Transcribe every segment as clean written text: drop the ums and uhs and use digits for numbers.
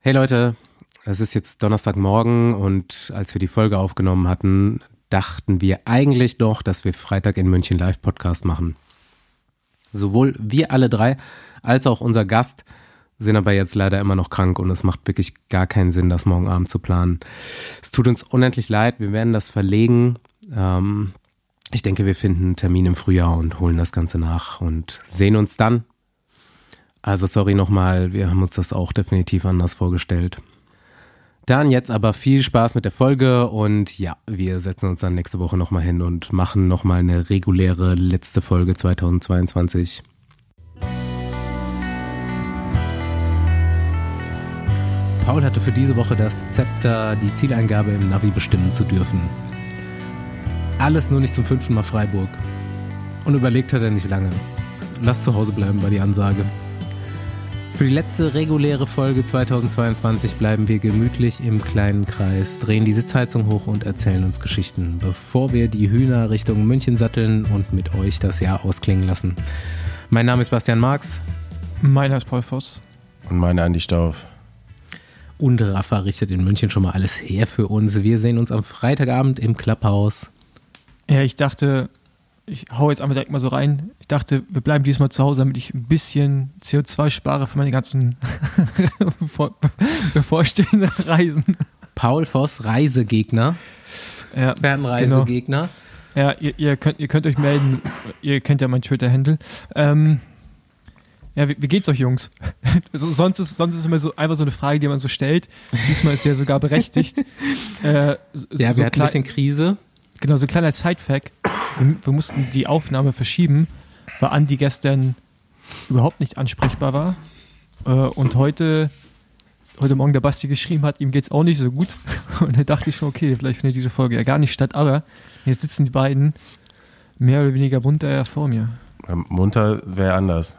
Hey Leute, es ist jetzt Donnerstagmorgen und als wir die Folge aufgenommen hatten, dachten wir eigentlich doch, dass wir Freitag in München Live-Podcast machen. Sowohl wir alle drei als auch unser Gast sind aber jetzt leider immer noch krank und es macht wirklich gar keinen Sinn, das morgen Abend zu planen. Es tut uns unendlich leid, wir werden das verlegen. Ich denke, wir finden einen Termin im Frühjahr und holen das Ganze nach und sehen uns dann. Also sorry nochmal, wir haben uns das auch definitiv anders vorgestellt. Dann jetzt aber viel Spaß mit der Folge und ja, wir setzen uns dann nächste Woche nochmal hin und machen nochmal eine reguläre letzte Folge 2022. Paul hatte für diese Woche das Zepter, die Zieleingabe im Navi bestimmen zu dürfen. Alles nur nicht zum 5. Mal Freiburg. Und überlegt hat er nicht lange. Lass zu Hause bleiben, war die Ansage. Für die letzte reguläre Folge 2022 bleiben wir gemütlich im kleinen Kreis, drehen die Sitzheizung hoch und erzählen uns Geschichten, bevor wir die Hühner Richtung München satteln und mit euch das Jahr ausklingen lassen. Mein Name ist Bastian Marx. Meiner ist Paul Voss. Und meine Andi Stauf. Und Rafa richtet in München schon mal alles her für uns. Wir sehen uns am Freitagabend im Clubhouse. Ja, ich dachte, ich hau jetzt einfach direkt mal so rein. Ich dachte, wir bleiben diesmal zu Hause, damit ich ein bisschen CO2 spare für meine ganzen bevorstehenden Reisen. Paul Voss, Reisegegner. Ja, Fernreisegegner. Genau. Ja, ihr könnt euch melden. Ihr kennt ja meinen Twitter-Handle. Ja, wie geht's euch, Jungs? Sonst ist immer so einfach so eine Frage, die man so stellt. Diesmal ist sie ja sogar berechtigt. Wir hatten ein bisschen Krise. Genau, so ein kleiner Side-Fact. Wir mussten die Aufnahme verschieben, weil Andi gestern überhaupt nicht ansprechbar war. Und heute Morgen der Basti geschrieben hat, ihm geht's auch nicht so gut. Und da dachte ich schon, okay, vielleicht findet diese Folge ja gar nicht statt. Aber jetzt sitzen die beiden mehr oder weniger munter vor mir. Munter wäre anders.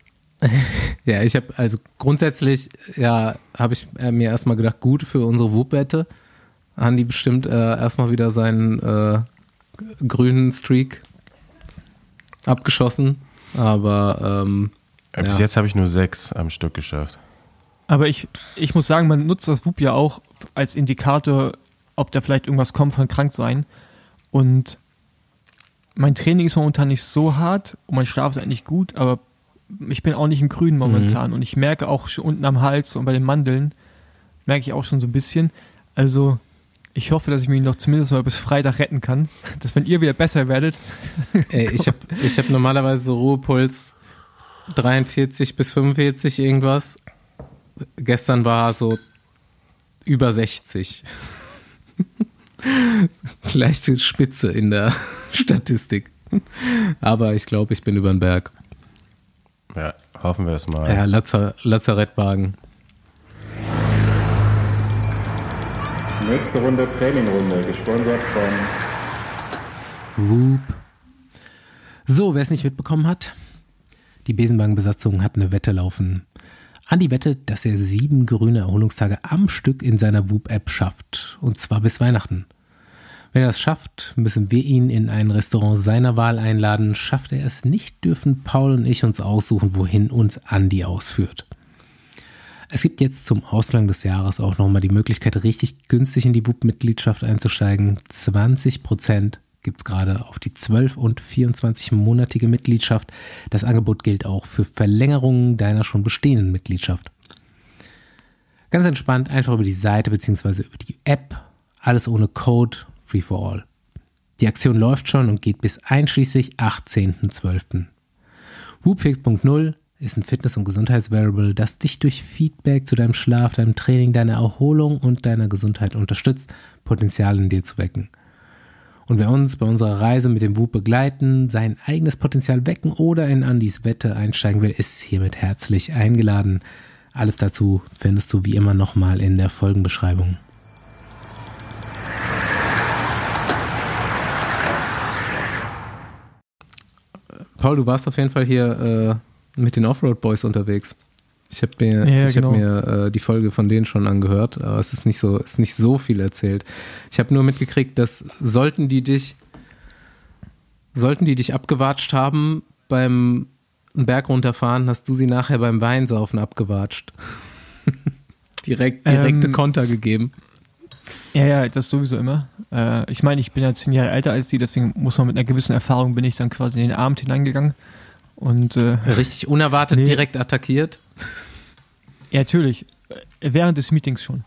Ja, ich habe also grundsätzlich, habe ich mir erstmal gedacht, gut für unsere WUP-Wette. Andi bestimmt erstmal wieder seinen grünen Streak abgeschossen, aber bis jetzt habe ich nur 6 am Stück geschafft. Aber ich muss sagen, man nutzt das WUP ja auch als Indikator, ob da vielleicht irgendwas kommt von Kranksein. Und mein Training ist momentan nicht so hart und mein Schlaf ist eigentlich gut, aber ich bin auch nicht im Grünen momentan und ich merke auch schon unten am Hals und bei den Mandeln merke ich auch schon so ein bisschen. Also ich hoffe, dass ich mich noch zumindest mal bis Freitag retten kann, dass wenn ihr wieder besser werdet. Ich hab normalerweise so Ruhepuls 43 bis 45 irgendwas. Gestern war so über 60. Leichte Spitze in der Statistik. Aber ich glaube, ich bin über den Berg. Ja, hoffen wir es mal. Ja, Lazarettwagen. Nächste Runde Trainingrunde, gesponsert von Whoop. So, wer es nicht mitbekommen hat, die Besenwagenbesatzung hat eine Wette laufen. Andi wettet, dass er 7 grüne Erholungstage am Stück in seiner Whoop-App schafft. Und zwar bis Weihnachten. Wenn er das schafft, müssen wir ihn in ein Restaurant seiner Wahl einladen. Schafft er es nicht, dürfen Paul und ich uns aussuchen, wohin uns Andi ausführt. Es gibt jetzt zum Ausgang des Jahres auch nochmal die Möglichkeit, richtig günstig in die WUP-Mitgliedschaft einzusteigen. 20% gibt es gerade auf die 12- und 24-monatige Mitgliedschaft. Das Angebot gilt auch für Verlängerungen deiner schon bestehenden Mitgliedschaft. Ganz entspannt, einfach über die Seite bzw. über die App. Alles ohne Code, free for all. Die Aktion läuft schon und geht bis einschließlich 18.12. WUP 4.0 ist ein Fitness- und Gesundheitsvariable, das dich durch Feedback zu deinem Schlaf, deinem Training, deiner Erholung und deiner Gesundheit unterstützt, Potenzial in dir zu wecken. Und wer uns bei unserer Reise mit dem WUP begleiten, sein eigenes Potenzial wecken oder in Andis Wette einsteigen will, ist hiermit herzlich eingeladen. Alles dazu findest du wie immer nochmal in der Folgenbeschreibung. Paul, du warst auf jeden Fall hier mit den Offroad Boys unterwegs. Ich habe mir die Folge von denen schon angehört, aber es ist nicht so viel erzählt. Ich habe nur mitgekriegt, dass sollten die dich abgewatscht haben beim Berg runterfahren, hast du sie nachher beim Weinsaufen abgewatscht. Direkte Konter gegeben. Ja, das sowieso immer. Ich meine, ich bin ja 10 Jahre älter als die, deswegen muss man mit einer gewissen Erfahrung bin ich dann quasi in den Abend hineingegangen. Und, richtig unerwartet direkt attackiert. Ja, natürlich. Während des Meetings schon.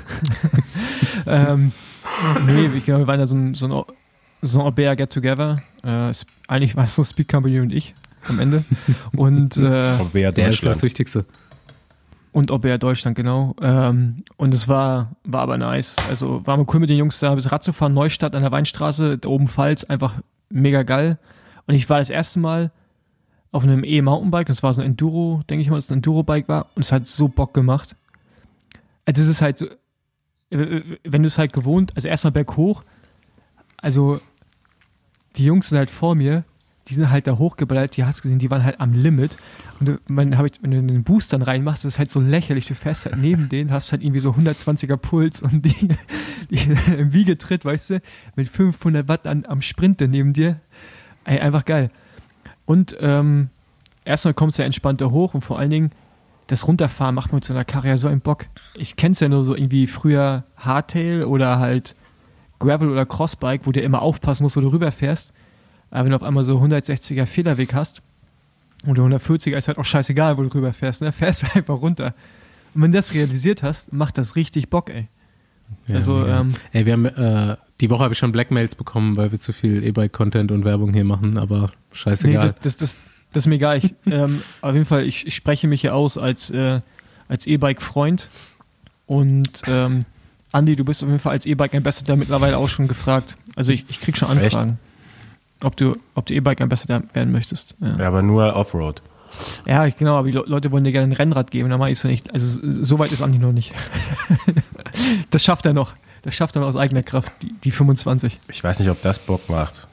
Wir waren ja so ein Aubert Get-Together. Eigentlich war es so Speed Company und ich am Ende. Und Aubert der ist das Deutschland. Wichtigste. Und Aubert Deutschland, genau. Und es war aber nice. Also war mal cool mit den Jungs da bis Rad zu fahren. Neustadt an der Weinstraße, da oben Pfalz, einfach mega geil. Und ich war das erste Mal auf einem E-Mountainbike. Das war so ein Enduro, denke ich mal, dass es ein Enduro-Bike war. Und es hat so Bock gemacht. Also es ist halt so, wenn du es halt gewohnt, also erstmal berghoch, also die Jungs sind halt vor mir, die sind halt da hochgeballert, die hast du gesehen, die waren halt am Limit. Und wenn du den Boost dann reinmachst, das ist halt so lächerlich. Du fährst halt neben denen, hast halt irgendwie so 120er Puls und die im Wiegetritt, weißt du, mit 500 Watt am Sprinte neben dir. Ey, einfach geil. Und erstmal kommst du ja entspannter hoch und vor allen Dingen das Runterfahren macht mir mit so einer Karre ja so einen Bock. Ich kenn's ja nur so irgendwie früher Hardtail oder halt Gravel oder Crossbike, wo du immer aufpassen musst, wo du rüberfährst. Aber wenn du auf einmal so 160er Federweg hast und der 140er ist halt auch scheißegal, wo du rüberfährst, ne? Fährst du einfach runter. Und wenn du das realisiert hast, macht das richtig Bock, ey. Ja, also, ey, wir haben, die Woche habe ich schon Blackmails bekommen, weil wir zu viel E-Bike-Content und Werbung hier machen, aber scheißegal. Nee, das ist mir egal. Auf jeden Fall, ich spreche mich hier aus als E-Bike-Freund und Andi, du bist auf jeden Fall als E-Bike-Ambassador mittlerweile auch schon gefragt. Also ich krieg schon Anfragen. Ob du E-Bike-Ambassador werden möchtest. Ja, aber nur Offroad. Ja, genau, aber die Leute wollen dir gerne ein Rennrad geben, da mache ich es nicht. Also so weit ist Andi noch nicht. Das schafft er noch. Das schafft er noch aus eigener Kraft, die 25. Ich weiß nicht, ob das Bock macht.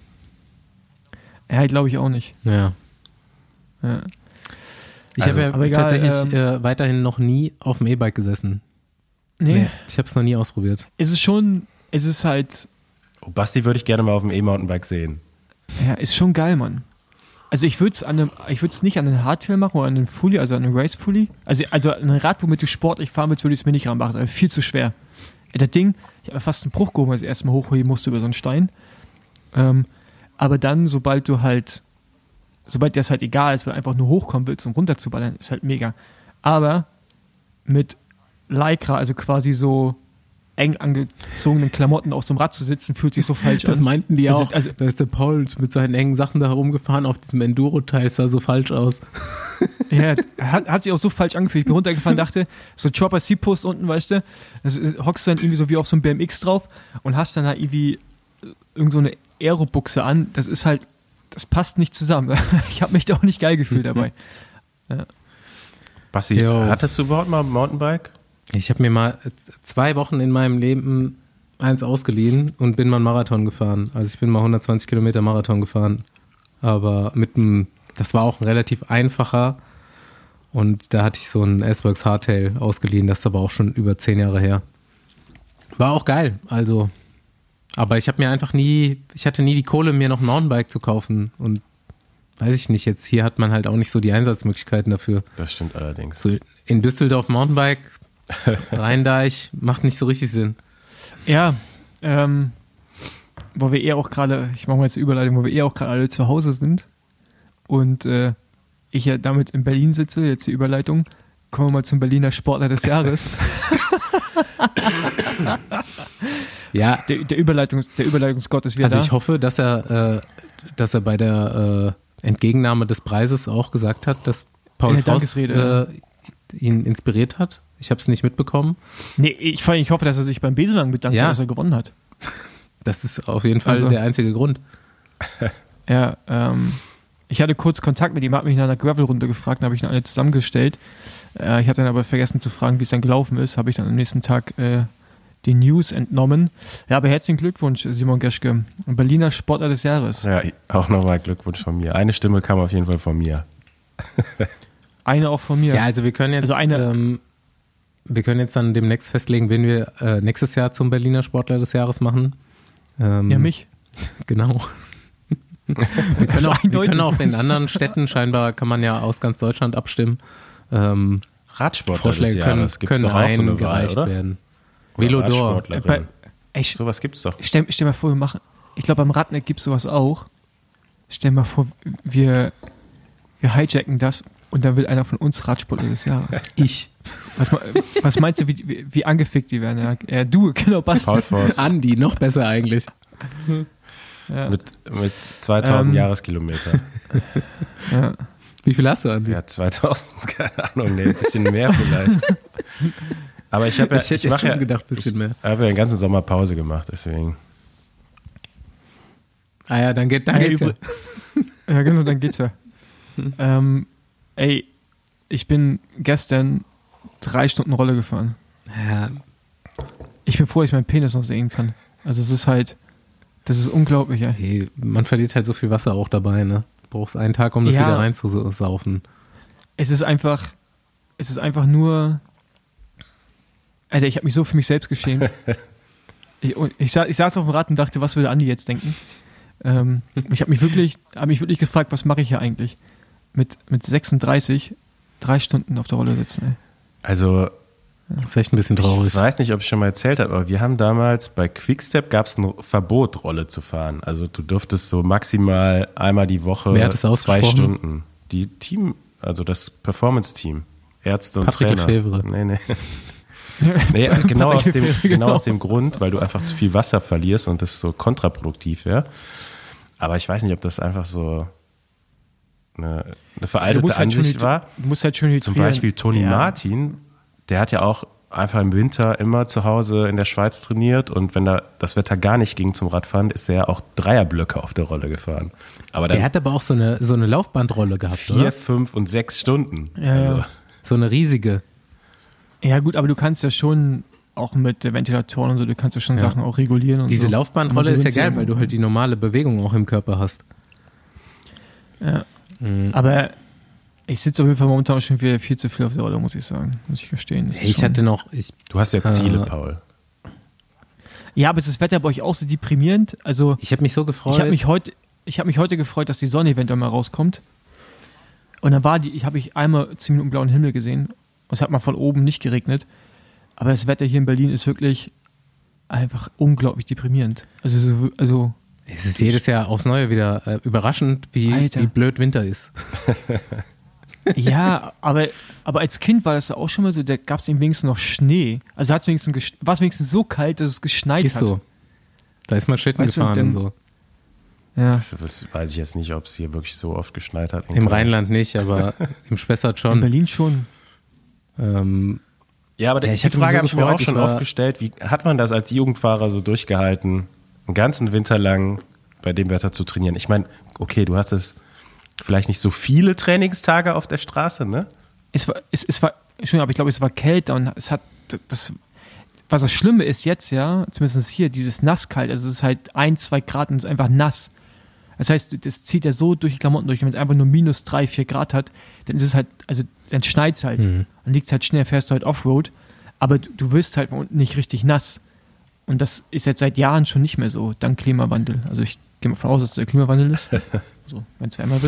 Ja, glaube ich auch nicht. Ja. Ich Also, habe ja tatsächlich weiterhin noch nie auf dem E-Bike gesessen. Nee. Ich habe es noch nie ausprobiert. Es ist halt, Oh, Basti würde ich gerne mal auf dem E-Mountainbike sehen. ja, ist schon geil, Mann. Also ich würde es nicht an den Hardtail machen oder an den Fully, also an den Race Fully. Also an ein Rad, womit du sportlich fahren willst, würde ich es mir nicht ranmachen. Aber viel zu schwer. Das Ding, ich habe mir fast einen Bruch gehoben, als ich erstmal hochheben musste über so einen Stein. Aber dann, sobald dir das halt egal ist, weil du einfach nur hochkommen willst, um runterzuballern, ist halt mega. Aber mit Lycra, also quasi so eng angezogenen Klamotten auf so einem Rad zu sitzen, fühlt sich so falsch an. Das meinten die auch. Also, Da ist der Paul mit seinen engen Sachen da herumgefahren auf diesem Enduro-Teil, sah so falsch aus. ja, hat sich auch so falsch angefühlt. Ich bin runtergefahren, dachte, so Chopper C-Post unten, weißt du, hockst dann irgendwie so wie auf so einem BMX drauf und hast dann halt irgendwie irgend so eine Aerobuchse an. Das ist halt, das passt nicht zusammen. Ich habe mich da auch nicht geil gefühlt dabei. Ja. Basti, hattest du überhaupt mal ein Mountainbike? Ich habe mir mal 2 Wochen in meinem Leben eins ausgeliehen und bin mal einen Marathon gefahren. Also ich bin mal 120 Kilometer Marathon gefahren. Aber das war auch ein relativ einfacher. Und da hatte ich so ein S-Works Hardtail ausgeliehen. Das ist aber auch schon über 10 Jahre her. War auch geil. Also, aber ich hatte nie die Kohle, mir noch ein Mountainbike zu kaufen. Und weiß ich nicht, jetzt hier hat man halt auch nicht so die Einsatzmöglichkeiten dafür. Das stimmt allerdings. So in Düsseldorf Mountainbike, Rheindeich, macht nicht so richtig Sinn. Ja, wo wir auch gerade, ich mache mal jetzt eine Überleitung, wo wir auch gerade alle zu Hause sind und ich ja damit in Berlin sitze, jetzt die Überleitung, kommen wir mal zum Berliner Sportler des Jahres. Ja, Der Überleitungsgott ist wieder also da. ich hoffe, dass er bei der Entgegennahme des Preises auch gesagt hat, dass Paul Voss ihn inspiriert hat. Ich habe es nicht mitbekommen. Nee, ich hoffe, dass er sich beim Besenwagen bedankt hat, dass er gewonnen hat. Das ist auf jeden Fall der einzige Grund. Ja, ich hatte kurz Kontakt mit ihm, hat mich nach einer Gravel-Runde gefragt, dann habe ich noch eine zusammengestellt. Ich hatte dann aber vergessen zu fragen, wie es dann gelaufen ist. Habe ich dann am nächsten Tag die News entnommen. Ja, aber herzlichen Glückwunsch, Simon Geschke. Berliner Sportler des Jahres. Ja, auch nochmal Glückwunsch von mir. Eine Stimme kam auf jeden Fall von mir. Eine auch von mir. Ja, also wir können jetzt dann demnächst festlegen, wen wir nächstes Jahr zum Berliner Sportler des Jahres machen. Ja, mich. Genau. Wir können auch in anderen Städten, scheinbar kann man ja aus ganz Deutschland abstimmen, Radsportler Vorschläge des können, Jahres. Gibt's doch auch so eine Wahl, eingereicht oder? werden. Oder Velodor. Radsportlerin. Ey, Sowas gibt's doch. stell mal vor, wir machen, ich glaube beim Radnet gibt es sowas auch. Stell mal vor, wir hijacken das und dann will einer von uns Radsportler des Jahres. Ich. Was meinst du, wie angefickt die werden? Ja, du, genau, Basti. Paul Voss Andi, noch besser eigentlich. Ja. mit 2000 Jahreskilometer. Ja. Wie viel hast du, Andi? Ja, 2000, keine Ahnung, ein bisschen mehr vielleicht. Aber ich habe ja, Ich hätte jetzt schon gedacht, ein bisschen mehr. Ich habe ja den ganzen Sommer Pause gemacht, deswegen. Ah ja, dann geht's ja. Ja, genau, dann geht's ja. Ey, ich bin gestern 3 Stunden Rolle gefahren. Ja, Ich bin froh, dass ich meinen Penis noch sehen kann. Also es ist halt, das ist unglaublich, ey. hey, man verliert halt so viel Wasser auch dabei, ne? Du brauchst einen Tag, um das Ja. wieder reinzusaufen. Es ist einfach nur, Alter, ich habe mich so für mich selbst geschämt. Ich saß auf dem Rad und dachte, was würde Andi jetzt denken? Ich habe mich wirklich gefragt, was mache ich hier eigentlich? Mit 36 3 Stunden auf der Rolle sitzen, ey. Also, Das ist echt ein bisschen traurig. ich weiß nicht, ob ich schon mal erzählt habe, aber wir haben damals bei Quickstep gab es ein Verbot, Rolle zu fahren. Also du durftest so maximal einmal die Woche Wer hat das 2 ausgesprochen? Stunden. Die Team, also das Performance-Team, Ärzte und Patrick Trainer. Lefevre. Nee. Nee, genau, Patrick Lefevre, genau aus dem Grund, weil du einfach zu viel Wasser verlierst und das so kontraproduktiv wäre. Aber ich weiß nicht, ob das einfach so eine veraltete Ansicht war. Du musst halt schön Zum hydrieren. Beispiel Toni Ja. Martin, der hat ja auch einfach im Winter immer zu Hause in der Schweiz trainiert und wenn da das Wetter gar nicht ging zum Radfahren, ist der ja auch Dreierblöcke auf der Rolle gefahren. Aber dann Der hat aber auch so eine Laufbandrolle gehabt, 4, oder? 5 und 6 Stunden. Ja, Also, ja. So eine riesige. Ja gut, aber du kannst ja schon auch mit Ventilatoren und so, du kannst ja schon Sachen auch regulieren und Diese so. Laufbandrolle Und ist ja gewöhnst geil, dich weil du halt die normale Bewegung auch im Körper hast. Ja. Aber ich sitze auf jeden Fall momentan schon wieder viel zu viel auf der Rolle, muss ich sagen. Muss ich gestehen. Das ist Ich schon- hatte noch, du hast ja Ziele, Paul. Ja, aber ist das Wetter bei euch auch so deprimierend? Also ich habe mich so gefreut. ich habe mich heute gefreut, dass die Sonne eventuell mal rauskommt. Und dann habe ich einmal 10 Minuten blauen Himmel gesehen. Und es hat mal von oben nicht geregnet. Aber das Wetter hier in Berlin ist wirklich einfach unglaublich deprimierend. Also Es ist jedes Jahr aufs Neue wieder überraschend, Alter. wie blöd Winter ist. ja, aber als Kind war das auch schon mal so, da gab es wenigstens noch Schnee. Also war es wenigstens so kalt, dass es geschneit Ist hat. so. Da ist man Schlitten Weißt du, gefahren denn- und so. Ja. Das weiß ich jetzt nicht, ob es hier wirklich so oft geschneit hat. Im Rheinland nicht, aber im Spessart In schon. Berlin schon. Ja, aber ich die hatte mich Frage so habe ich mir gefreut, auch schon ich war- oft gestellt. Wie hat man das als Jugendfahrer so durchgehalten, einen ganzen Winter lang bei dem Wetter zu trainieren? Ich meine, okay, du hattest vielleicht nicht so viele Trainingstage auf der Straße, ne? Es war, Entschuldigung, aber ich glaube, es war kälter und es hat was das Schlimme ist jetzt, ja, zumindest hier, dieses Nasskalt, also es ist halt 1, 2 Grad und es ist einfach nass. Das heißt, das zieht ja so durch die Klamotten durch, wenn es einfach nur minus 3, 4 Grad hat, dann ist es halt, also dann schneit es halt. Dann liegt es halt schnell, fährst du halt Offroad, aber du wirst halt von unten nicht richtig nass. Und das ist jetzt seit Jahren schon nicht mehr so, dank Klimawandel. Also ich gehe mal davon aus, dass es der Klimawandel ist, also wenn es wärmer wird.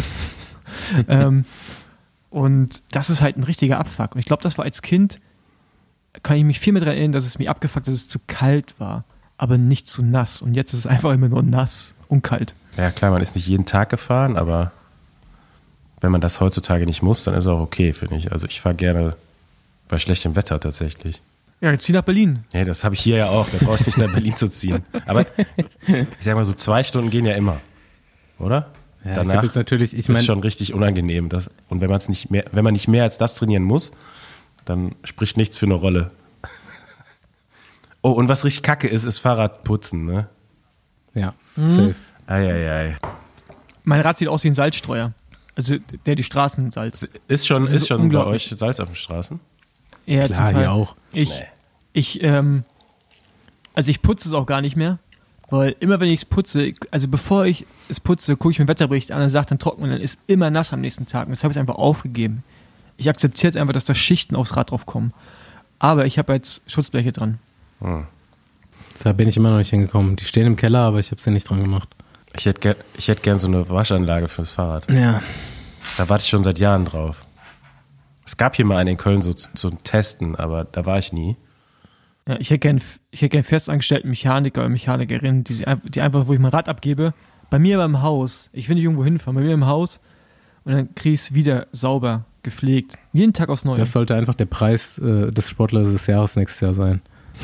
Und das ist halt ein richtiger Abfuck. Und ich glaube, das war als Kind, kann ich mich viel mehr daran erinnern, dass es mir abgefuckt, dass es zu kalt war, aber nicht zu nass. Und jetzt ist es einfach immer nur nass und kalt. Ja, klar, man ist nicht jeden Tag gefahren, aber wenn man das heutzutage nicht muss, dann ist es auch okay, finde ich. Also ich fahre gerne bei schlechtem Wetter tatsächlich. Ja, jetzt zieh nach Berlin. Ja, das habe ich hier ja auch. Da brauche ich nicht nach Berlin zu ziehen. Aber ich sag mal so, 2 Stunden gehen ja immer, oder? Ja, ich Danach habe jetzt natürlich, ich ist meine, schon richtig unangenehm. Und wenn man nicht mehr als das trainieren muss, dann spricht nichts für eine Rolle. Oh, und was richtig kacke ist Fahrradputzen, ne? ja, safe. Eieiei. Mein Rad sieht aus wie ein Salzstreuer. Also der die Straßen salzt. Ist schon bei unglaublich. euch Salz auf den Straßen? Ja, Klar, hier auch. Ich putze es auch gar nicht mehr, weil immer wenn ich es putze, also bevor ich es putze, gucke ich mir den Wetterbericht an und sage dann trocken und dann ist immer nass am nächsten Tag. Und das habe ich einfach aufgegeben. Ich akzeptiere jetzt einfach, dass da Schichten aufs Rad drauf kommen. Aber ich habe jetzt Schutzbleche dran. Da bin ich immer noch nicht hingekommen. Die stehen im Keller, aber ich habe sie nicht dran gemacht. Ich hätte gern so eine Waschanlage fürs Fahrrad. Ja. Da warte ich schon seit Jahren drauf. Es gab hier mal einen in Köln so zum Testen, aber da war ich nie. Ja, ich hätte gern festangestellten Mechaniker oder Mechanikerin, die einfach, wo ich mein Rad abgebe, bei mir beim Haus, ich will nicht irgendwo hinfahren, bei mir im Haus und dann kriege ich es wieder sauber gepflegt. Jeden Tag aufs Neue. Das sollte einfach der Preis des Sportlers des Jahres nächstes Jahr sein.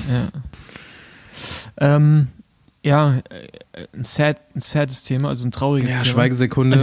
Ja. Ein sades Thema, also ein trauriges Thema. Schweigesekunde.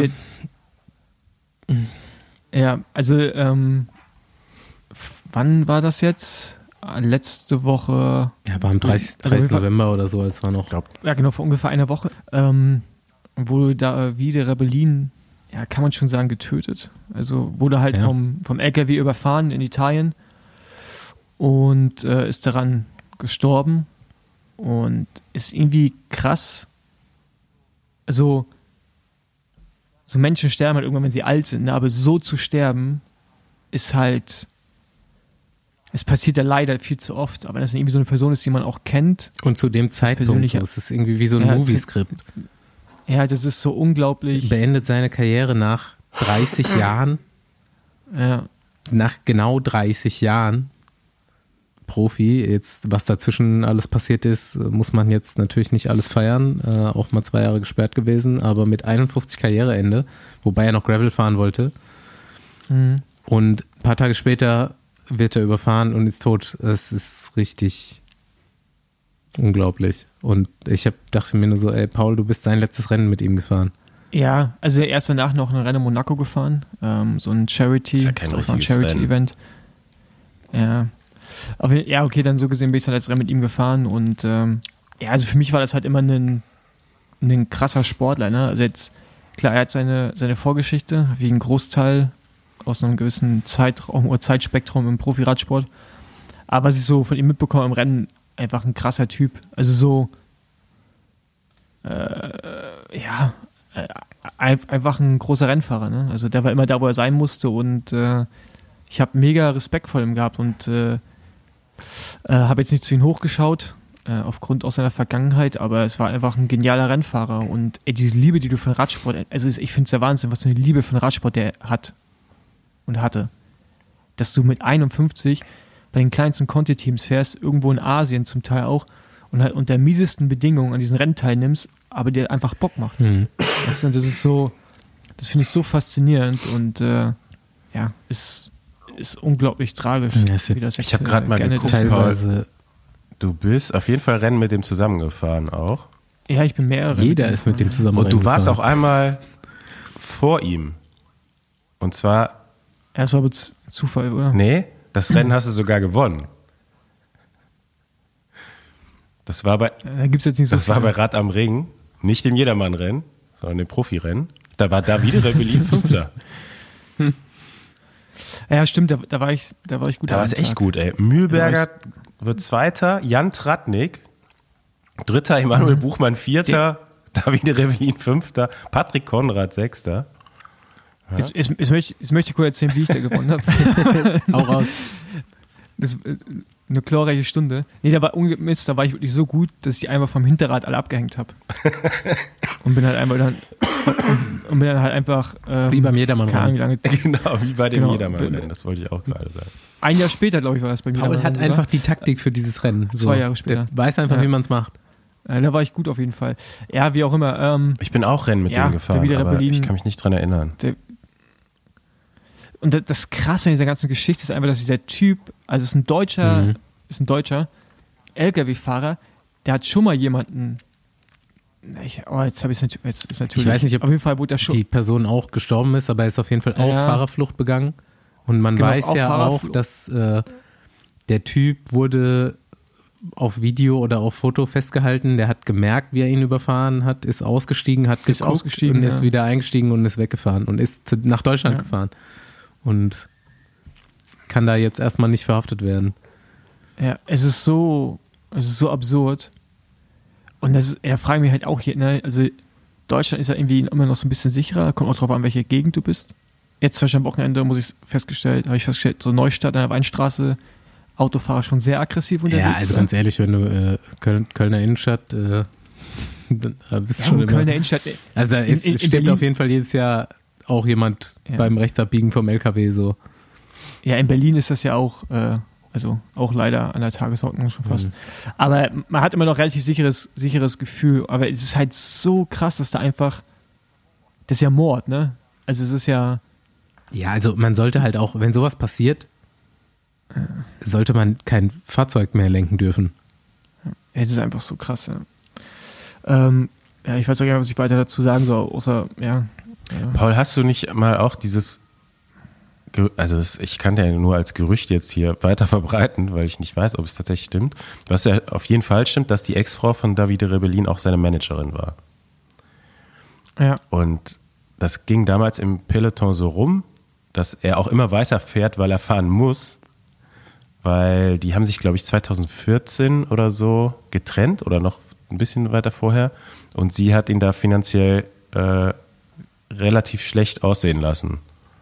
Wann war das jetzt? Letzte Woche. Ja, war am 30. November oder so, als war noch. Ja, genau, vor ungefähr einer Woche. Wurde da wieder Rebellin, ja, kann man schon sagen, getötet. Also wurde halt vom LKW überfahren in Italien und ist daran gestorben und ist irgendwie krass. Also so Menschen sterben halt irgendwann, wenn sie alt sind, ne? Aber so zu sterben ist halt, es passiert ja leider viel zu oft, aber dass es irgendwie so eine Person ist, die man auch kennt. Und zu dem Zeitpunkt, so, es ist irgendwie wie so ein Movie-Skript. Ja, das ist so unglaublich. Beendet seine Karriere nach 30 Jahren. Ja. Nach genau 30 Jahren Profi. Jetzt, was dazwischen alles passiert ist, muss man jetzt natürlich nicht alles feiern. Auch mal 2 Jahre gesperrt gewesen, aber mit 51 Karriereende, wobei er noch Gravel fahren wollte. Mhm. Und ein paar Tage später wird er überfahren und ist tot. Es ist richtig unglaublich. Und ich dachte mir nur so, ey Paul, du bist sein letztes Rennen mit ihm gefahren. Ja, also er ist danach noch ein Rennen in Monaco gefahren. So ein Charity-Event. Ja. Aber, ja, okay, dann so gesehen bin ich dann als Rennen mit ihm gefahren. Und also für mich war das halt immer ein krasser Sportler. Ne? Also jetzt, klar, er hat seine Vorgeschichte, wie ein Großteil aus einem gewissen Zeitraum oder Zeitspektrum im Profi-Radsport. Aber was ich so von ihm mitbekomme im Rennen, einfach ein krasser Typ. Also so, einfach ein großer Rennfahrer. Ne? Also der war immer da, wo er sein musste und ich habe mega Respekt vor ihm gehabt und habe jetzt nicht zu ihm hochgeschaut, aufgrund aus seiner Vergangenheit, aber es war einfach ein genialer Rennfahrer und diese Liebe, die du für den Radsport, also ich finde es der Wahnsinn, was für eine Liebe für den Radsport der hat und hatte. Dass du mit 51 bei den kleinsten Conti-Teams fährst, irgendwo in Asien zum Teil auch, und halt unter miesesten Bedingungen an diesen Rennen teilnimmst, aber dir einfach Bock macht. Mhm. Das ist so, das finde ich so faszinierend und ist unglaublich tragisch. Wie das ich habe gerade mal geguckt, teilweise. Du bist auf jeden Fall Rennen mit dem zusammengefahren auch. Ja, ich bin mehrere. Jeder ist mit dem zusammen. Und du warst auch einmal vor ihm. Und zwar. Ja, das war aber Zufall, oder? Nee, das Rennen hast du sogar gewonnen. Das war bei, da gibt's jetzt nicht so war bei Rad am Ring, nicht im Jedermann-Rennen, sondern im Profirennen. Da war Davide Rebellin Fünfter. Ja, stimmt, da war ich gut. Da war es echt gut, ey. Mühlberger wird Zweiter, Jan Tratnik, Dritter, Emanuel Buchmann Vierter, Davide Rebellin Fünfter, Patrick Konrad Sechster. Ja. Jetzt möchte ich kurz erzählen, wie ich da gewonnen habe. Auch raus. Das eine glorreiche Stunde. Nee, da war ich wirklich so gut, dass ich einfach vom Hinterrad alle abgehängt habe. Und bin halt einfach wie beim Jedermann-Rennen. Genau, wie bei dem Jedermann-Rennen. Das wollte ich auch gerade sagen. Ein Jahr später, glaube ich, war das bei mir. Paul hat einfach die Taktik für dieses Rennen. So. 2 Jahre später. Der weiß einfach, wie man es macht. Da war ich gut auf jeden Fall. Ja, wie auch immer. Ich bin auch Rennen mit dem gefahren, aber ich kann mich nicht dran erinnern. Und das Krasse in dieser ganzen Geschichte ist einfach, dass dieser Typ, also ist ein Deutscher LKW-Fahrer, der hat schon mal jemanden. Jetzt habe ich es natürlich. Ich weiß nicht, ob auf jeden Fall wurde die Person auch gestorben ist, aber er ist auf jeden Fall auch Fahrerflucht begangen. Und man weiß ja auch, dass der Typ wurde auf Video oder auf Foto festgehalten. Der hat gemerkt, wie er ihn überfahren hat, ist ausgestiegen, ist wieder eingestiegen und ist weggefahren und ist nach Deutschland gefahren. Und kann da jetzt erstmal nicht verhaftet werden. Ja, es ist so absurd. Und da frage ich mich halt auch hier, ne, also Deutschland ist ja irgendwie immer noch so ein bisschen sicherer, kommt auch drauf an, welche Gegend du bist. Jetzt zum Beispiel am Wochenende habe ich festgestellt, so Neustadt an der Weinstraße, Autofahrer schon sehr aggressiv unterwegs. Ja, also ganz ehrlich, wenn du Kölner Innenstadt, dann bist du schon immer. Kölner Innenstadt. Also es stirbt auf jeden Fall jedes Jahr auch jemand beim Rechtsabbiegen vom LKW so. Ja, in Berlin ist das ja auch, also auch leider an der Tagesordnung schon fast. Aber man hat immer noch relativ sicheres Gefühl. Aber es ist halt so krass, dass da einfach, das ist ja Mord, ne? Also es ist ja... Ja, also man sollte halt auch, wenn sowas passiert, sollte man kein Fahrzeug mehr lenken dürfen. Es ist einfach so krass, ja. Ja, ich weiß auch gar nicht, was ich weiter dazu sagen soll, außer, ja. Paul, hast du nicht mal auch dieses, also ich kann ja nur als Gerücht jetzt hier weiter verbreiten, weil ich nicht weiß, ob es tatsächlich stimmt. Was ja auf jeden Fall stimmt, dass die Ex-Frau von Davide Rebellin auch seine Managerin war. Ja. Und das ging damals im Peloton so rum, dass er auch immer weiter fährt, weil er fahren muss, weil die haben sich, glaube ich, 2014 oder so getrennt oder noch ein bisschen weiter vorher und sie hat ihn da finanziell relativ schlecht aussehen lassen.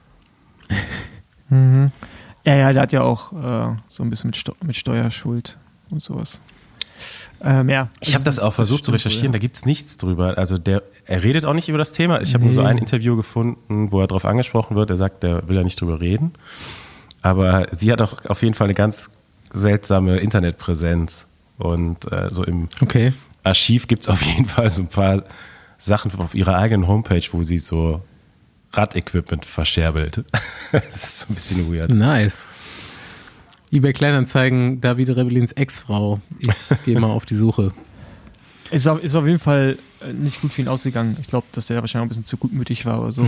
Mhm. Ja, der hat ja auch so ein bisschen mit Steuerschuld und sowas. Ja, ich habe das auch versucht zu recherchieren, ja. Da gibt es nichts drüber. Also er redet auch nicht über das Thema. Ich habe nur so ein Interview gefunden, wo er darauf angesprochen wird. Er sagt, der will ja nicht drüber reden. Aber sie hat auch auf jeden Fall eine ganz seltsame Internetpräsenz. Und so im Archiv gibt es auf jeden Fall so ein paar Sachen auf ihrer eigenen Homepage, wo sie so Radequipment verscherbelt. Das ist so ein bisschen weird. Nice. eBay Kleinanzeigen, Davide Rebellins Ex-Frau. Ich gehe mal auf die Suche. Ist auf jeden Fall nicht gut für ihn ausgegangen. Ich glaube, dass der wahrscheinlich ein bisschen zu gutmütig war oder so.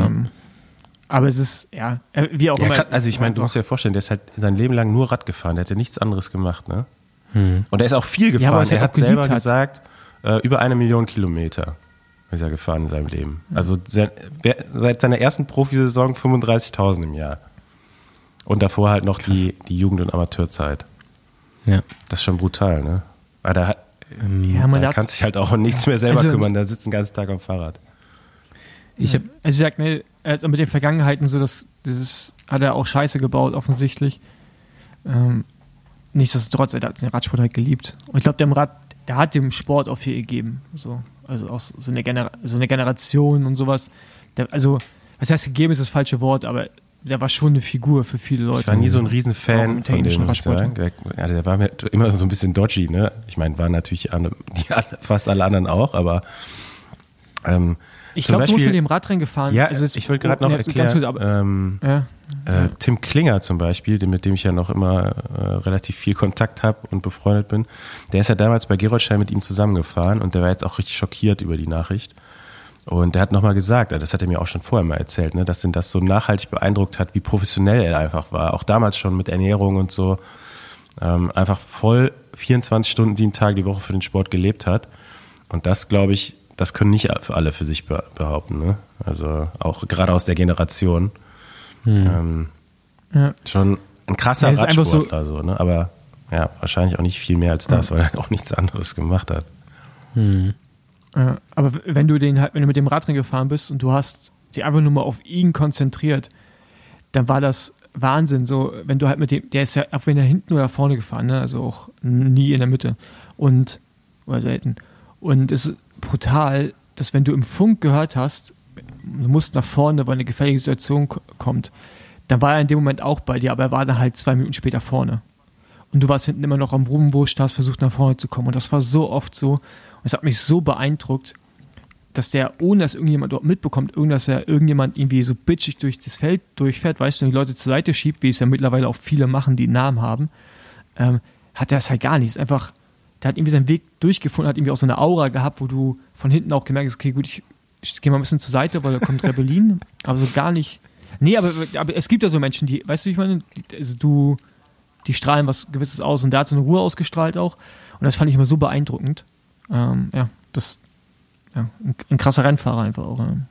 Aber es ist, ja, wie auch immer. Also ich meine, du musst dir ja vorstellen, der ist halt sein Leben lang nur Rad gefahren. Der hat ja nichts anderes gemacht, ne? Und er ist auch viel gefahren. Ja, er hat selber gesagt, über 1 Million Kilometer ist er gefahren in seinem Leben. Also seit seiner ersten Profisaison 35.000 im Jahr. Und davor halt noch die Jugend- und Amateurzeit. Ja. Das ist schon brutal, ne? Weil da kann sich halt auch um nichts mehr selber kümmern. Da sitzt den ganzen Tag am Fahrrad. Ich sag, ne, also mit den Vergangenheiten so, dieses hat er auch Scheiße gebaut, offensichtlich. Nichtsdestotrotz, er hat den Radsport halt geliebt. Und ich glaube, der hat dem Sport auch viel gegeben. So. Also auch so eine Generation und sowas. Was heißt gegeben, ist das falsche Wort, aber der war schon eine Figur für viele Leute. Ich war nie so ein Riesenfan von dem Radsport. Ja, der war mir immer so ein bisschen dodgy, ne? Ich meine, waren natürlich fast alle anderen auch, aber ich glaube, du musst mit dem Radrennen gefahren. Ja, also ich wollte gerade noch erklären, Tim Klinger zum Beispiel, mit dem ich ja noch immer relativ viel Kontakt habe und befreundet bin, der ist ja damals bei Gerolstein mit ihm zusammengefahren und der war jetzt auch richtig schockiert über die Nachricht. Und der hat nochmal gesagt, das hat er mir auch schon vorher mal erzählt, ne, dass ihn das so nachhaltig beeindruckt hat, wie professionell er einfach war. Auch damals schon mit Ernährung und so. Einfach voll 24 Stunden, 7 Tage die Woche für den Sport gelebt hat. Und das, glaube ich, das können nicht für alle für sich behaupten. Ne? Also auch gerade aus der Generation. Schon ein krasser Radsportler. So, ne? Aber ja, wahrscheinlich auch nicht viel mehr als das, weil er auch nichts anderes gemacht hat. Aber wenn du mit dem Radrennen gefahren bist und du hast dich einfach nur mal auf ihn konzentriert, dann war das Wahnsinn. So, wenn du halt der ist ja entweder hinten oder vorne gefahren, ne? Also auch nie in der Mitte. Oder selten. Und es ist brutal, dass wenn du im Funk gehört hast, du musst nach vorne, weil eine gefährliche Situation kommt, dann war er in dem Moment auch bei dir, aber er war dann halt 2 Minuten später vorne. Und du warst hinten immer noch am Rumwurscht, hast versucht nach vorne zu kommen. Und das war so oft so. Und es hat mich so beeindruckt, dass der, ohne dass irgendjemand dort mitbekommt, dass er irgendjemand irgendwie so bitchig durch das Feld durchfährt, weißt du, und die Leute zur Seite schiebt, wie es ja mittlerweile auch viele machen, die einen Namen haben, hat er das halt gar nicht. Einfach, der hat irgendwie seinen Weg durchgefunden, hat irgendwie auch so eine Aura gehabt, wo du von hinten auch gemerkt hast, okay, gut, ich gehe mal ein bisschen zur Seite, weil da kommt Rebellin, aber so gar nicht. Nee, aber es gibt ja so Menschen, die, weißt du, wie ich meine, also die strahlen was Gewisses aus und der hat so eine Ruhe ausgestrahlt auch und das fand ich immer so beeindruckend. Ein krasser Rennfahrer einfach auch. Ja.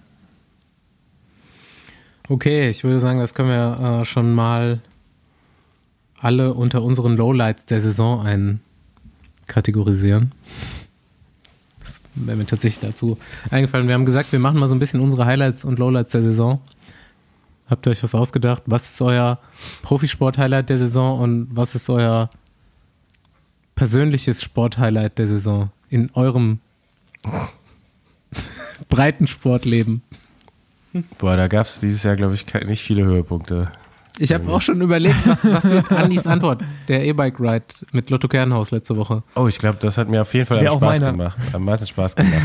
Okay, ich würde sagen, das können wir schon mal alle unter unseren Lowlights der Saison einkategorisieren. Das wäre mir tatsächlich dazu eingefallen. Wir haben gesagt, wir machen mal so ein bisschen unsere Highlights und Lowlights der Saison. Habt ihr euch was ausgedacht? Was ist euer Profisport-Highlight der Saison und was ist euer persönliches Sport-Highlight der Saison in eurem breiten Sportleben? Boah, da gab es dieses Jahr, glaube ich, nicht viele Höhepunkte. Ich habe auch schon überlegt, was wird Andis Antwort? Der E-Bike-Ride mit Lotto Kernhaus letzte Woche. Oh, ich glaube, das hat mir auf jeden Fall am meisten Spaß gemacht.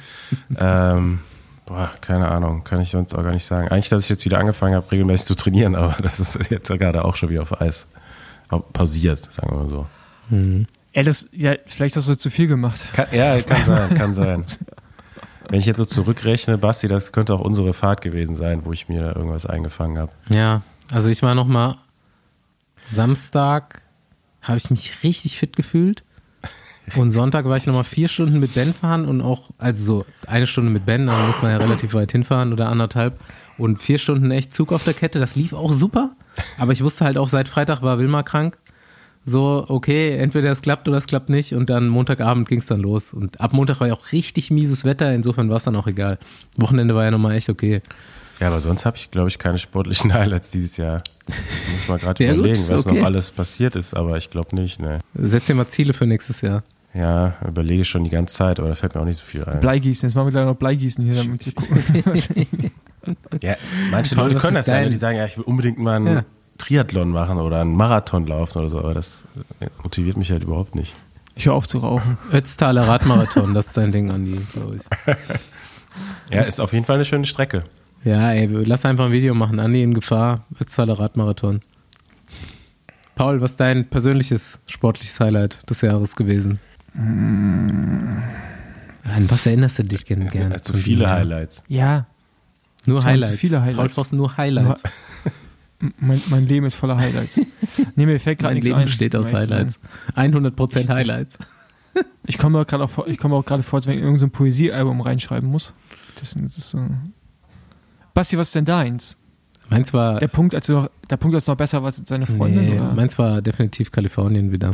Keine Ahnung, kann ich sonst auch gar nicht sagen. Eigentlich, dass ich jetzt wieder angefangen habe, regelmäßig zu trainieren, aber das ist jetzt gerade auch schon wieder auf Eis pausiert, sagen wir mal so. Vielleicht hast du zu viel gemacht. Kann sein. Wenn ich jetzt so zurückrechne, Basti, das könnte auch unsere Fahrt gewesen sein, wo ich mir irgendwas eingefangen habe. Ja, also ich war nochmal Samstag, habe ich mich richtig fit gefühlt. Und Sonntag war ich nochmal 4 Stunden mit Ben fahren und auch, also so 1 Stunde mit Ben, da muss man ja relativ weit hinfahren oder 1,5. Und 4 Stunden echt Zug auf der Kette, das lief auch super. Aber ich wusste halt auch, seit Freitag war Wilma krank. So, okay, entweder es klappt oder es klappt nicht. Und dann Montagabend ging es dann los. Und ab Montag war ja auch richtig mieses Wetter, insofern war es dann auch egal. Wochenende war ja nochmal echt okay. Ja, aber sonst habe ich, glaube ich, keine sportlichen Highlights dieses Jahr. Ich muss mal gerade überlegen, was noch alles passiert ist, aber ich glaube nicht, ne. Setz dir mal Ziele für nächstes Jahr. Ja, überlege schon die ganze Zeit, aber da fällt mir auch nicht so viel ein. Bleigießen, jetzt machen wir gleich noch Bleigießen hier, damit ich gucken. Ja, manche Leute können das ja, die sagen, ja, ich will unbedingt mal einen Triathlon machen oder einen Marathon laufen oder so, aber das motiviert mich halt überhaupt nicht. Ich höre auf zu rauchen. Ötztaler Radmarathon, das ist dein Ding, Andi, glaube ich. Ja, ist auf jeden Fall eine schöne Strecke. Ja, ey, lass einfach ein Video machen. Andi in Gefahr, Ötztaler Radmarathon. Paul, was ist dein persönliches sportliches Highlight des Jahres gewesen? An was erinnerst du dich gerne? Zu viele Highlights. Ja. Nur Highlights. Zu viele Highlights. Paul Voss, nur Highlights. Mein Leben ist voller Highlights. Nee, mir fällt gerade nichts ein. Mein Leben besteht aus Highlights. 100% Highlights. Ich komme auch gerade vor, als wenn ich irgendein so ein Poesiealbum reinschreiben muss. Das ist so. Basti, was ist denn deins? Meins war. Der Punkt, als du noch besser warst als seine Freundin? Nee, oder? Meins war definitiv Kalifornien wieder.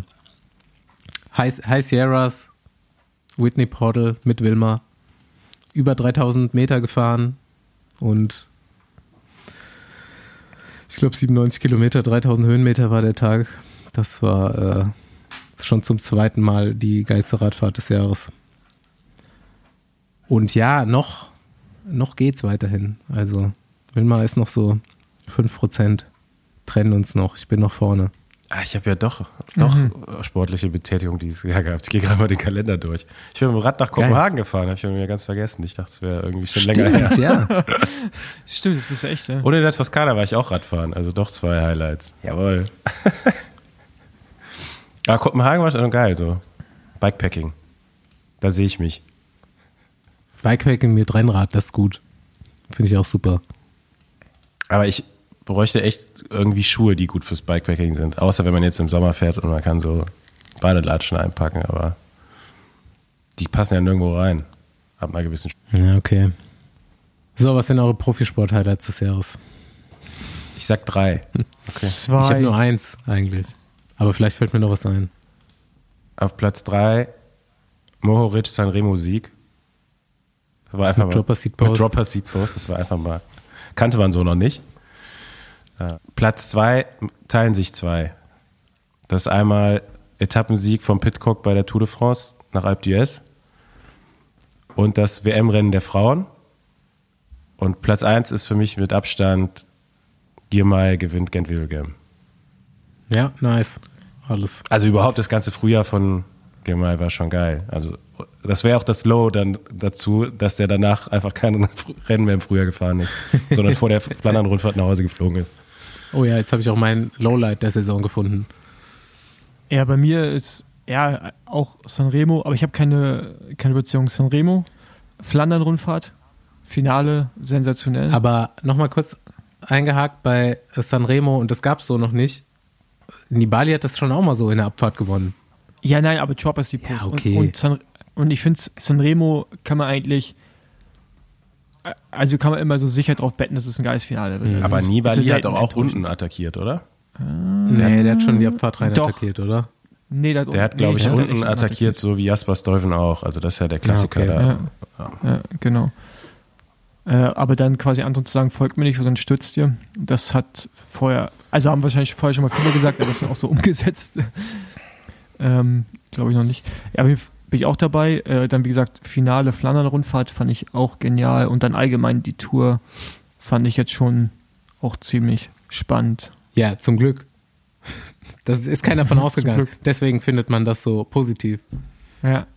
High Sierras, Whitney Portal mit Wilma. Über 3000 Meter gefahren und ich glaube 97 Kilometer, 3000 Höhenmeter war der Tag. Das war schon zum 2. Mal die geilste Radfahrt des Jahres. Und ja, noch geht's weiterhin. Also Wilma ist noch so 5%, trennen uns noch. Ich bin noch vorne. Ich habe ja doch sportliche Betätigung dieses Jahr gehabt. Ich gehe gerade mal den Kalender durch. Ich bin mit dem Rad nach Kopenhagen gefahren, habe ich mir ganz vergessen. Ich dachte, es wäre irgendwie schon länger her. Ja. Stimmt, das bist du echt, ja. Und in der Toskana war ich auch Radfahren, also doch 2 Highlights. Jawohl. Aber Kopenhagen war schon geil, so Bikepacking. Da sehe ich mich. Bikepacking mit Rennrad, das ist gut. Finde ich auch super. Aber ich bräuchte echt irgendwie Schuhe, die gut fürs Bikepacking sind. Außer wenn man jetzt im Sommer fährt und man kann so Badelatschen einpacken, aber die passen ja nirgendwo rein. Ab einer gewissen Ja, okay. So, was sind eure Profisport-Highlights des Jahres? Ich sag 3. Okay. 2. Ich habe nur 1 eigentlich. Aber vielleicht fällt mir noch was ein. Auf Platz 3 Mohoric Sanremo Sieg. Das war einfach mit mal Dropper Seat Post. Mit Dropper Seat Post, das war einfach mal. Kannte man so noch nicht. Platz 2 teilen sich 2. Das ist einmal Etappensieg von Pidcock bei der Tour de France nach Alpe d'Huez und das WM-Rennen der Frauen. Und Platz 1 ist für mich mit Abstand Girmay gewinnt Gent-Wevelgem. Ja, nice. Alles. Also überhaupt das ganze Frühjahr von Girmay war schon geil. Also das wäre auch das Low dann dazu, dass der danach einfach kein Rennen mehr im Frühjahr gefahren ist, sondern vor der Flandern-Rundfahrt nach Hause geflogen ist. Oh ja, jetzt habe ich auch mein Lowlight der Saison gefunden. Ja, bei mir ist auch Sanremo, aber ich habe keine Beziehung. Sanremo, Flandern-Rundfahrt, Finale, sensationell. Aber nochmal kurz eingehakt bei Sanremo, und das gab es so noch nicht. Nibali hat das schon auch mal so in der Abfahrt gewonnen. Ja, nein, aber Dropper Seat Post. Ja, okay. Und ich finde, Sanremo kann man eigentlich, also kann man immer so sicher drauf betten, dass es ein geiles Finale wird. Aber Nibali hat doch auch unten attackiert, oder? Nee, der hat schon die Abfahrt rein attackiert, oder? Nee, der hat, glaube ich, unten attackiert, so wie Jasper Stuyven auch. Also das ist ja der Klassiker da. Ja, genau. Aber dann quasi anderen zu sagen, folgt mir nicht, sondern stützt dir. Das hat vorher, also haben wahrscheinlich vorher schon mal viele gesagt, aber das ist auch so umgesetzt. Glaube ich noch nicht. Ja, bin ich auch dabei. Dann, wie gesagt, Finale Flandern-Rundfahrt fand ich auch genial. Und dann allgemein die Tour fand ich jetzt schon auch ziemlich spannend. Ja, zum Glück. Das ist keiner von ausgegangen. Glück. Deswegen findet man das so positiv. Ja.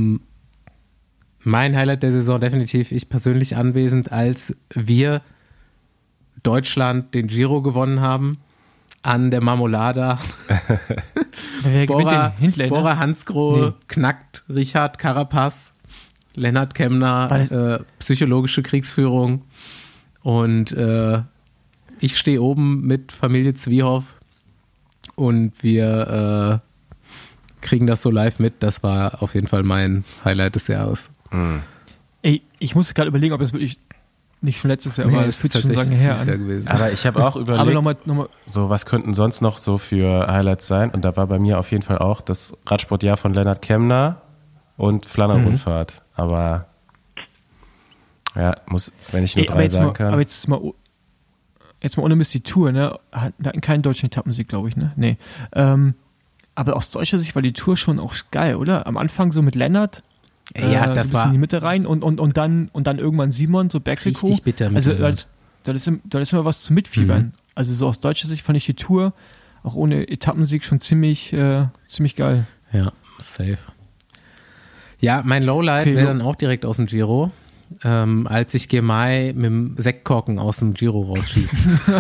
Mein Highlight der Saison definitiv ich persönlich anwesend, als wir Deutschland den Giro gewonnen haben an der Marmolada. Wer gewinnt den Hindley, Bora ne? Hansgrohe knackt Richard Carapaz, Lennart Kemner, psychologische Kriegsführung und ich stehe oben mit Familie Zwiehoff und wir kriegen das so live mit. Das war auf jeden Fall mein Highlight des Jahres. Ey, ich musste gerade überlegen, ob das wirklich nicht schon letztes Jahr war. Das fühlt sich schon lange her an. Gewesen. Aber ich habe auch überlegt, Aber nochmal. so was könnten sonst noch so für Highlights sein? Und da war bei mir auf jeden Fall auch das Radsportjahr von Lennart Kemner und Flandern-Rundfahrt. Aber ja, wenn ich nur drei sagen kann. Aber jetzt mal ohne Mist die Tour, ne? Wir hatten keinen deutschen Etappensieg, glaube ich, ne? Nee. Aber aus deutscher Sicht war die Tour schon auch geil, oder? Am Anfang so mit Lennart. Ja, das so ein bisschen war in die Mitte rein und dann irgendwann Simon, so Mexiko. richtig bitter. Also da ist immer was zu mitfiebern. Also so aus deutscher Sicht fand ich die Tour auch ohne Etappensieg schon ziemlich geil. Ja, safe. Ja, mein Lowlight Okay, wäre dann auch direkt aus dem Giro, als sich Girmay mit dem Sektkorken aus dem Giro rausschießt.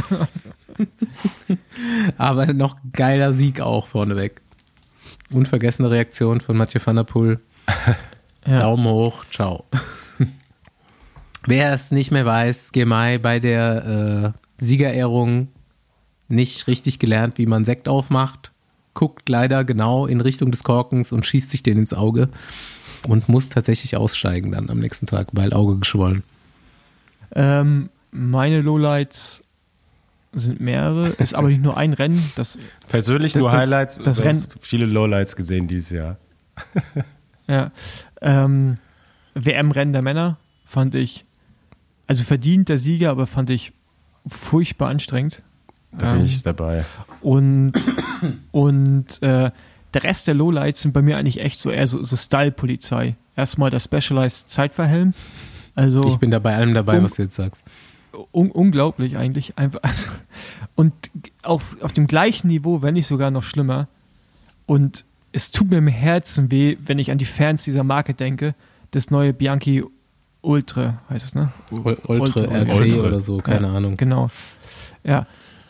Aber noch geiler Sieg auch vorneweg. Unvergessene Reaktion von Mathieu van der Poel. Ja. Daumen hoch, ciao. Wer es nicht mehr weiß, Girmay bei der Siegerehrung nicht richtig gelernt, wie man Sekt aufmacht, guckt leider genau in Richtung des Korkens und schießt sich den ins Auge und muss tatsächlich aussteigen dann am nächsten Tag, weil Auge geschwollen. Meine Lowlights sind mehrere, ist aber nicht nur ein Rennen. Persönlich nur Highlights, das Rennen, viele Lowlights gesehen dieses Jahr. Ja, WM-Rennen der Männer fand ich, also verdient der Sieger, aber fand ich furchtbar anstrengend. Da bin ich dabei. Und der Rest der Lowlights sind bei mir eigentlich echt so eher so Style-Polizei. Erstmal der Specialized Zeitfahrhelm. Also ich bin da bei allem dabei, was du jetzt sagst. Unglaublich eigentlich. Einfach, also, und auf dem gleichen Niveau, wenn nicht sogar noch schlimmer. Und es tut mir im Herzen weh, wenn ich an die Fans dieser Marke denke. Das neue Bianchi Ultra heißt es, ne? Ultra RC oder so, keine Ahnung. Genau. Ja.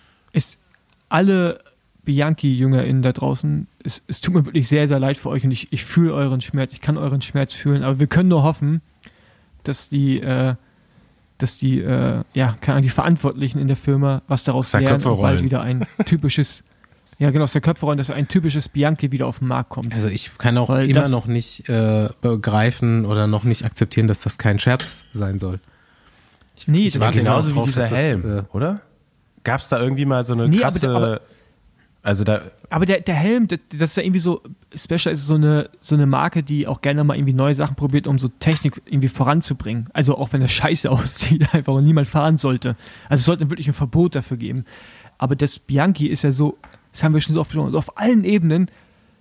Alle Bianchi-JüngerInnen da draußen, es tut mir wirklich sehr, sehr leid für euch und ich fühle euren Schmerz, ich kann euren Schmerz fühlen, aber wir können nur hoffen, dass die Verantwortlichen in der Firma was daraus lernen und bald wieder ein typisches, ja genau, aus der Köpfe rollen, dass ein typisches Bianchi wieder auf den Markt kommt. Also ich kann auch immer noch nicht begreifen oder noch nicht akzeptieren, dass das kein Scherz sein soll. Das war genauso wie dieser Helm, oder? Gab es da irgendwie mal so eine krasse... Aber der Helm, das ist ja irgendwie so, Special ist so eine Marke, die auch gerne mal irgendwie neue Sachen probiert, um so Technik irgendwie voranzubringen. Also auch wenn das scheiße aussieht, einfach und niemand fahren sollte. Also es sollte wirklich ein Verbot dafür geben. Aber das Bianchi ist ja so, das haben wir schon so oft besprochen, also auf allen Ebenen,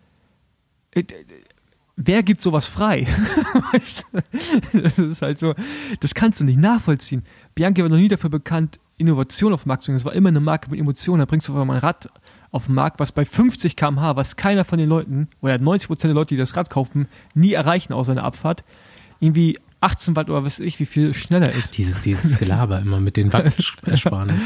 wer gibt sowas frei? Das ist halt so, das kannst du nicht nachvollziehen. Bianchi war noch nie dafür bekannt, Innovation auf den Markt zu bringen. Das war immer eine Marke mit Emotionen. Da bringst du einfach mal ein Rad auf den Markt, was bei 50 km/h, was keiner von den Leuten, oder 90% der Leute, die das Rad kaufen, nie erreichen außer einer Abfahrt, irgendwie 18 Watt oder weiß ich, wie viel schneller ist. Dieses Gelaber immer mit den Wattersparnissen.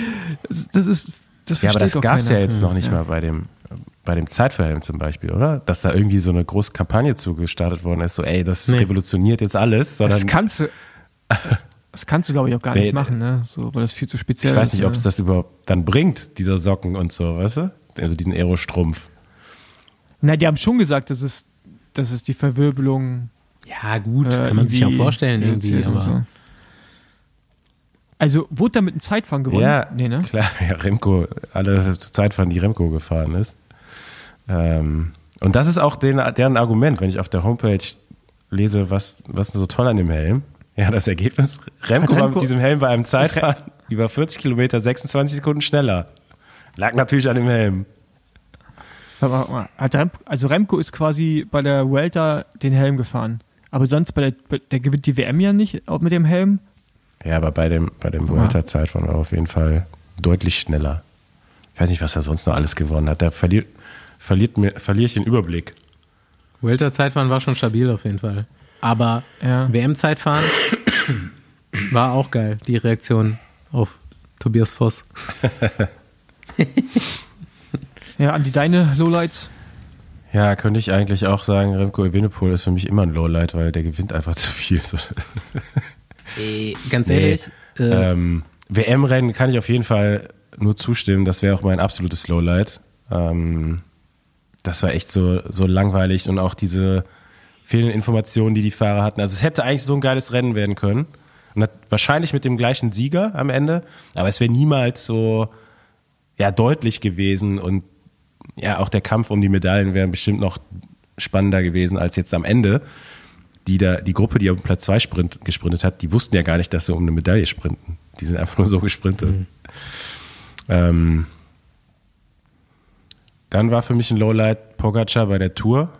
Ja, aber das gab es ja jetzt noch nicht mal bei dem Zeitfahrhelm zum Beispiel, oder? Dass da irgendwie so eine große Kampagne zugestartet worden ist, so das revolutioniert jetzt alles. Sondern das kannst du, glaube ich, auch gar nicht machen, ne? So, weil das viel zu speziell ist. Ich weiß nicht, ob es das überhaupt dann bringt, dieser Socken und so, weißt du? Also diesen Aerostrumpf. Na, die haben schon gesagt, dass es die Verwirbelung. Ja, gut, kann man sich auch vorstellen irgendwie, aber. So. Also, wurde damit ein Zeitfahren gewonnen? Ja, nee, ne? Klar, ja, Remco, alle Zeitfahren, die Remco gefahren ist. Und das ist auch deren Argument, wenn ich auf der Homepage lese, was so toll an dem Helm. Ja, das Ergebnis, Remco war mit diesem Helm bei einem Zeitfahren über 40 Kilometer 26 Sekunden schneller. Lag natürlich an dem Helm. Also Remco ist quasi bei der Vuelta den Helm gefahren. Aber sonst der gewinnt die WM ja nicht auch mit dem Helm. Ja, aber bei dem Vuelta-Zeitfahren war auf jeden Fall deutlich schneller. Ich weiß nicht, was er sonst noch alles gewonnen hat. Da verliere ich den Überblick. Welterzeitfahren war schon stabil auf jeden Fall. Aber WM-Zeitfahren war auch geil, die Reaktion auf Tobias Voss. Ja, Andi, deine Lowlights? Ja, könnte ich eigentlich auch sagen, Remco Evenepoel ist für mich immer ein Lowlight, weil der gewinnt einfach zu viel. Ganz ehrlich. WM-Rennen kann ich auf jeden Fall nur zustimmen. Das wäre auch mein absolutes Lowlight. Das war echt so langweilig und auch diese fehlenden Informationen, die Fahrer hatten. Also es hätte eigentlich so ein geiles Rennen werden können. Und wahrscheinlich mit dem gleichen Sieger am Ende. Aber es wäre niemals so deutlich gewesen und ja, auch der Kampf um die Medaillen wäre bestimmt noch spannender gewesen als jetzt am Ende. Die Gruppe, die auf Platz 2 gesprintet hat, die wussten ja gar nicht, dass sie um eine Medaille sprinten. Die sind einfach nur so gesprintet. Dann war für mich ein Lowlight Pogacar bei der Tour,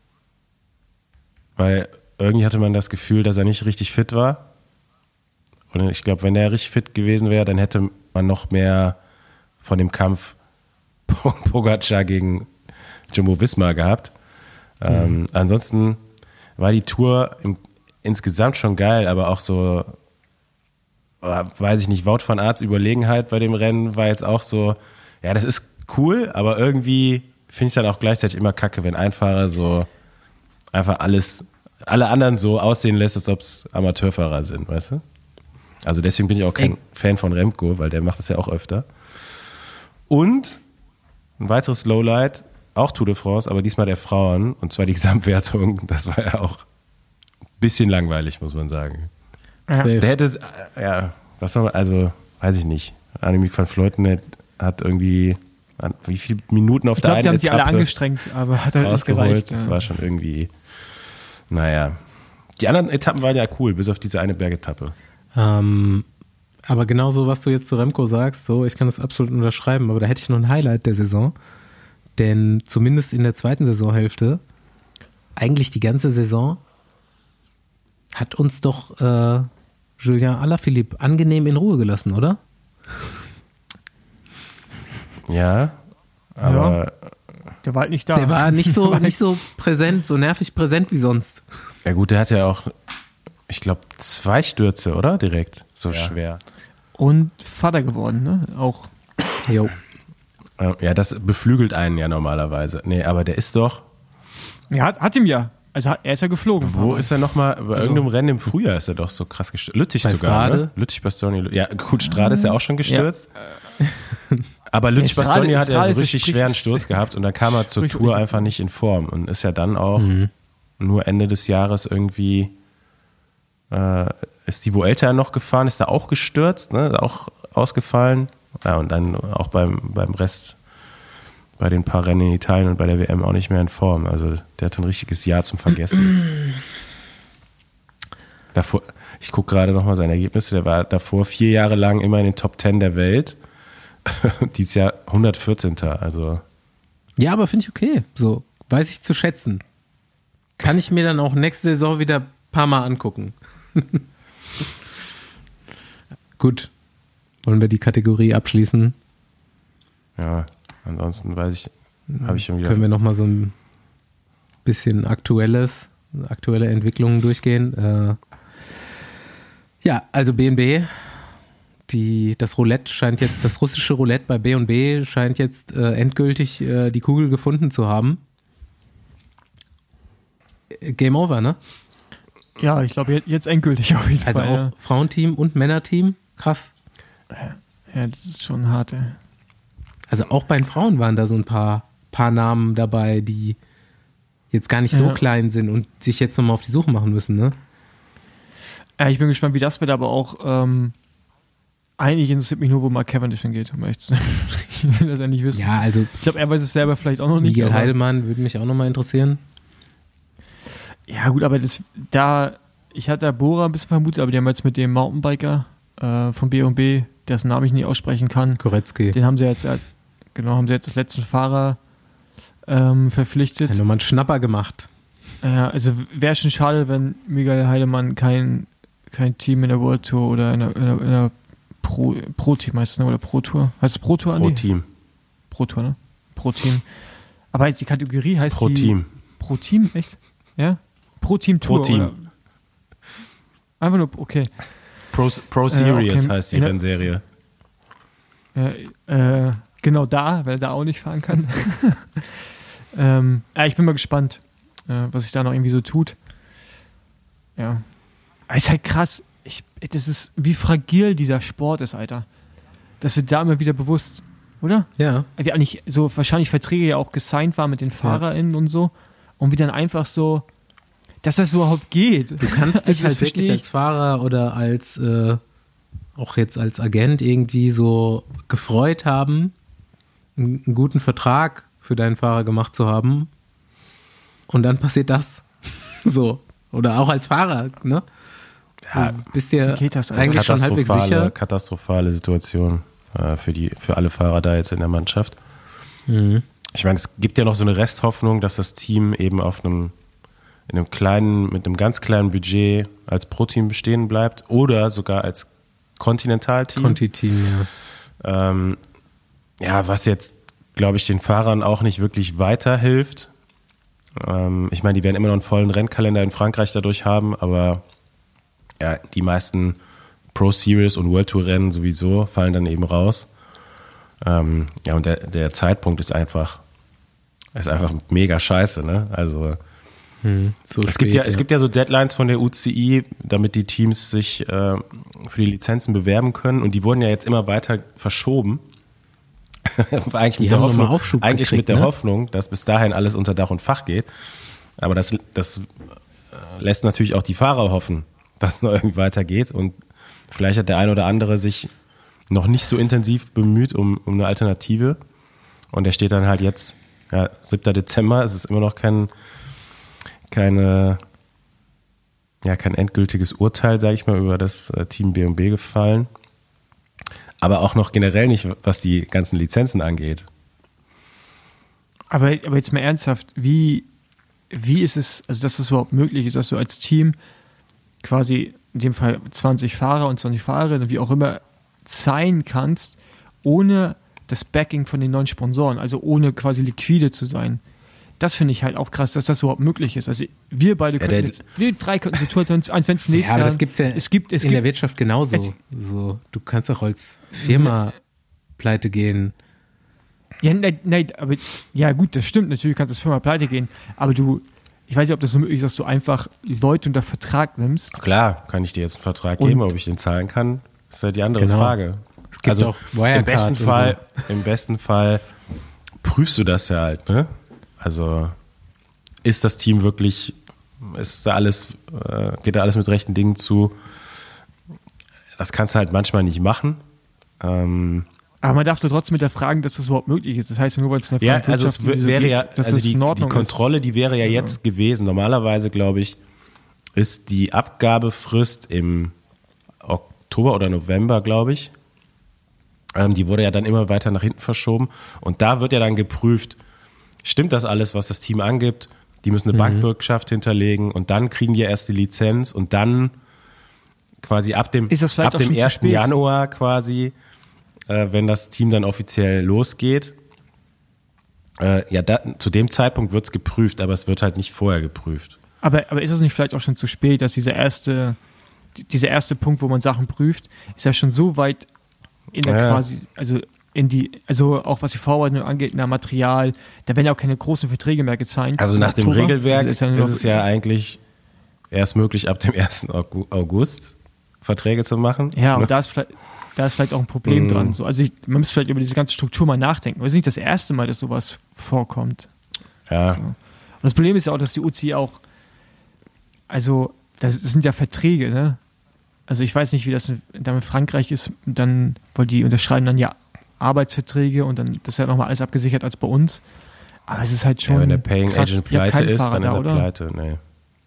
weil irgendwie hatte man das Gefühl, dass er nicht richtig fit war. Und ich glaube, wenn er richtig fit gewesen wäre, dann hätte man noch mehr von dem Kampf Pogacar gegen Jumbo-Visma gehabt. Ansonsten war die Tour insgesamt schon geil, aber auch so, weiß ich nicht, Wout van Aerts Überlegenheit bei dem Rennen war jetzt auch so, ja, das ist cool, aber irgendwie finde ich es dann auch gleichzeitig immer kacke, wenn ein Fahrer so einfach alle anderen so aussehen lässt, als ob es Amateurfahrer sind, weißt du? Also deswegen bin ich auch kein Fan von Remco, weil der macht das ja auch öfter. Und ein weiteres Lowlight, auch Tour de France, aber diesmal der Frauen, und zwar die Gesamtwertung, das war ja auch ein bisschen langweilig, muss man sagen. Ja. Der hätte, was soll man, also, weiß ich nicht. Annemiek van Vleuten hat irgendwie, wie viele Minuten auf der einen Etappe. Ich glaube, die haben Etappe sie alle angestrengt, aber hat halt nicht gereicht. Das war schon irgendwie, naja. Die anderen Etappen waren ja cool, bis auf diese eine Bergetappe. Aber genauso, was du jetzt zu Remco sagst, so, ich kann das absolut unterschreiben, aber da hätte ich noch ein Highlight der Saison. Denn zumindest in der zweiten Saisonhälfte, eigentlich die ganze Saison, hat uns doch Julien Alaphilippe angenehm in Ruhe gelassen, oder? Ja, aber... Ja, der war halt nicht da. Der war nicht so präsent, so nervig präsent wie sonst. Ja gut, der hatte ja auch, ich glaube, 2 Stürze, oder? Direkt, so schwer. Und Vater geworden, ne? Auch. Jo. Ja, das beflügelt einen ja normalerweise. Nee, aber der ist doch... Ja, hat ihm ja. Also er ist ja geflogen. Wo ist er nochmal? Bei irgendeinem Rennen im Frühjahr ist er doch so krass gestürzt. Lüttich bei sogar, Strade. ne? Lüttich, Bastogne. Ja, gut, Strade ist ja auch schon gestürzt. Ja. Aber Lüttich, Strade- Bastogne hat ja Strade so ist richtig sprich- schweren Sturz gehabt und dann kam er zur sprich- Tour einfach nicht in Form und ist ja dann auch nur Ende des Jahres irgendwie ist die Vuelta noch gefahren, ist da auch gestürzt, ne? Ist auch ausgefallen. Ja, und dann auch beim Rest, bei den paar Rennen in Italien und bei der WM auch nicht mehr in Form. Also der hat ein richtiges Jahr zum Vergessen. Davor, ich gucke gerade nochmal seine Ergebnisse, der war davor 4 Jahre lang immer in den Top 10 der Welt. Dieses Jahr 114. Also. Ja, aber finde ich okay. So, weiß ich zu schätzen. Kann ich mir dann auch nächste Saison wieder ein paar Mal angucken. Gut. Wollen wir die Kategorie abschließen? Ja, ansonsten habe ich schon wieder. Können wir nochmal so ein bisschen aktuelle Entwicklungen durchgehen. Ja, also B&B, das Roulette scheint jetzt, das russische Roulette bei B&B scheint jetzt endgültig die Kugel gefunden zu haben. Game over, ne? Ja, ich glaube jetzt endgültig auf jeden Also Fall. auch Ja. Frauenteam und Männerteam, krass. Ja, das ist schon hart, ey. Also auch bei den Frauen waren da so ein paar Namen dabei, die jetzt gar nicht so klein sind und sich jetzt nochmal auf die Suche machen müssen, ne? Ja, ich bin gespannt, wie das wird, aber auch eigentlich interessiert mich nur, wo Mark Cavendish hingeht, um ehrlich zu sein. Ich will das ja nicht wissen. Ja, also Ich glaube, er weiß es selber vielleicht auch noch nicht. Miguel aber- Heidelmann würde mich auch nochmal interessieren. Ja, gut, aber ich hatte Bora ein bisschen vermutet, aber die haben jetzt mit dem Mountainbiker von B&B, dessen Namen ich nicht aussprechen kann, Koretzky. den haben sie jetzt als letzten Fahrer verpflichtet. Ja, nochmal einen Schnapper gemacht. Ja, also wäre schon schade, wenn Miguel Heidemann kein Team in der World Tour oder in der Pro-Team heißt es, ne? Oder Pro Tour? Heißt es Pro Tour, Andi? Pro Team. Pro Tour, ne? Pro Team. Aber jetzt die Kategorie heißt Pro Team. Pro Team, echt? Ja? Pro Team Tour. Pro Team. Oder? Einfach nur, okay. Pro Series okay. heißt die Rennserie. Genau da, weil er da auch nicht fahren kann. Ich bin mal gespannt, was sich da noch irgendwie so tut. Ja. Ist halt krass. Das ist, wie fragil dieser Sport ist, Alter. Dass du da immer wieder bewusst, oder? Ja. Wie eigentlich so wahrscheinlich Verträge ja auch gesigned waren mit den FahrerInnen und so. Und wie dann einfach so, dass das überhaupt geht. Du kannst dich halt wirklich als Fahrer oder als auch jetzt als Agent irgendwie so gefreut haben, einen guten Vertrag für deinen Fahrer gemacht zu haben. Und dann passiert das. So. Oder auch als Fahrer, ne? Ja, du bist dir das eigentlich schon halbwegs sicher. Katastrophale Situation für alle Fahrer da jetzt in der Mannschaft. Mhm. Ich meine, es gibt ja noch so eine Resthoffnung, dass das Team eben mit einem ganz kleinen Budget als Pro-Team bestehen bleibt oder sogar als Kontinentalteam. Conti-Team, ja. Was jetzt, glaube ich, den Fahrern auch nicht wirklich weiterhilft. Ich meine, die werden immer noch einen vollen Rennkalender in Frankreich dadurch haben, aber ja, die meisten Pro Series und World Tour Rennen sowieso fallen dann eben raus. Und der Zeitpunkt ist einfach mega scheiße, ne? Also so es gibt ja so Deadlines von der UCI, damit die Teams sich für die Lizenzen bewerben können, und die wurden ja jetzt immer weiter verschoben. Eigentlich mit der Hoffnung, dass bis dahin alles unter Dach und Fach geht. Aber das lässt natürlich auch die Fahrer hoffen, dass es noch irgendwie weitergeht, und vielleicht hat der ein oder andere sich noch nicht so intensiv bemüht um eine Alternative, und der steht dann halt jetzt, 7. Dezember, es ist immer noch kein endgültiges Urteil, sage ich mal, über das Team B&B gefallen, aber auch noch generell nicht, was die ganzen Lizenzen angeht. Aber jetzt mal ernsthaft, wie ist es, also dass es überhaupt möglich ist, dass du als Team quasi in dem Fall 20 Fahrer und 20 Fahrerinnen, wie auch immer, sein kannst, ohne das Backing von den neuen Sponsoren, also ohne quasi liquide zu sein. Das finde ich halt auch krass, dass das überhaupt möglich ist. Also wir beide könnten wir drei könnten so tun, als wenn es nächstes Jahr... Ja, aber das gibt's ja in der Wirtschaft genauso. So, du kannst auch als Firma pleite gehen. Ja, nein, aber ja gut, das stimmt, natürlich kannst du als Firma pleite gehen, aber ich weiß nicht, ob das so möglich ist, dass du einfach Leute unter Vertrag nimmst. Klar, kann ich dir jetzt einen Vertrag geben, ob ich den zahlen kann, ist ja die andere Frage. Es gibt auch Wirecard im besten Fall prüfst du das ja halt, ne? Also ist das Team wirklich, geht da alles mit rechten Dingen zu? Das kannst du halt manchmal nicht machen. Aber man darf doch trotzdem hinterfragen, dass das überhaupt möglich ist. Das heißt ja nur, weil es eine Wirtschaft die Kontrolle, die wäre ja jetzt gewesen. Normalerweise, glaube ich, ist die Abgabefrist im Oktober oder November, glaube ich. Die wurde ja dann immer weiter nach hinten verschoben. Und da wird ja dann geprüft, stimmt das alles, was das Team angibt? Die müssen eine Bankbürgschaft hinterlegen, und dann kriegen die erst die Lizenz, und dann quasi ab dem 1. Januar quasi, wenn das Team dann offiziell losgeht, zu dem Zeitpunkt wird es geprüft, aber es wird halt nicht vorher geprüft. Aber ist es nicht vielleicht auch schon zu spät, dass dieser erste Punkt, wo man Sachen prüft, ist ja schon so weit in der quasi, also auch was die Vorbereitung angeht, in der Material, da werden ja auch keine großen Verträge mehr gezeigt. Also nach dem Regelwerk ist es ja eigentlich erst möglich, ab dem 1. August Verträge zu machen. Ja, und da ist vielleicht auch ein Problem dran. So, also man muss vielleicht über diese ganze Struktur mal nachdenken. Es ist nicht das erste Mal, dass sowas vorkommt. Ja. So. Und das Problem ist ja auch, dass die UCI auch, also das sind ja Verträge, ne? Also ich weiß nicht, wie das dann in Frankreich ist, dann, weil die unterschreiben dann ja Arbeitsverträge, und dann das ist ja nochmal alles abgesichert als bei uns. Aber es ist halt schon. Ja, wenn der Paying krass. Agent pleite ist, dann ist er pleite. Nee.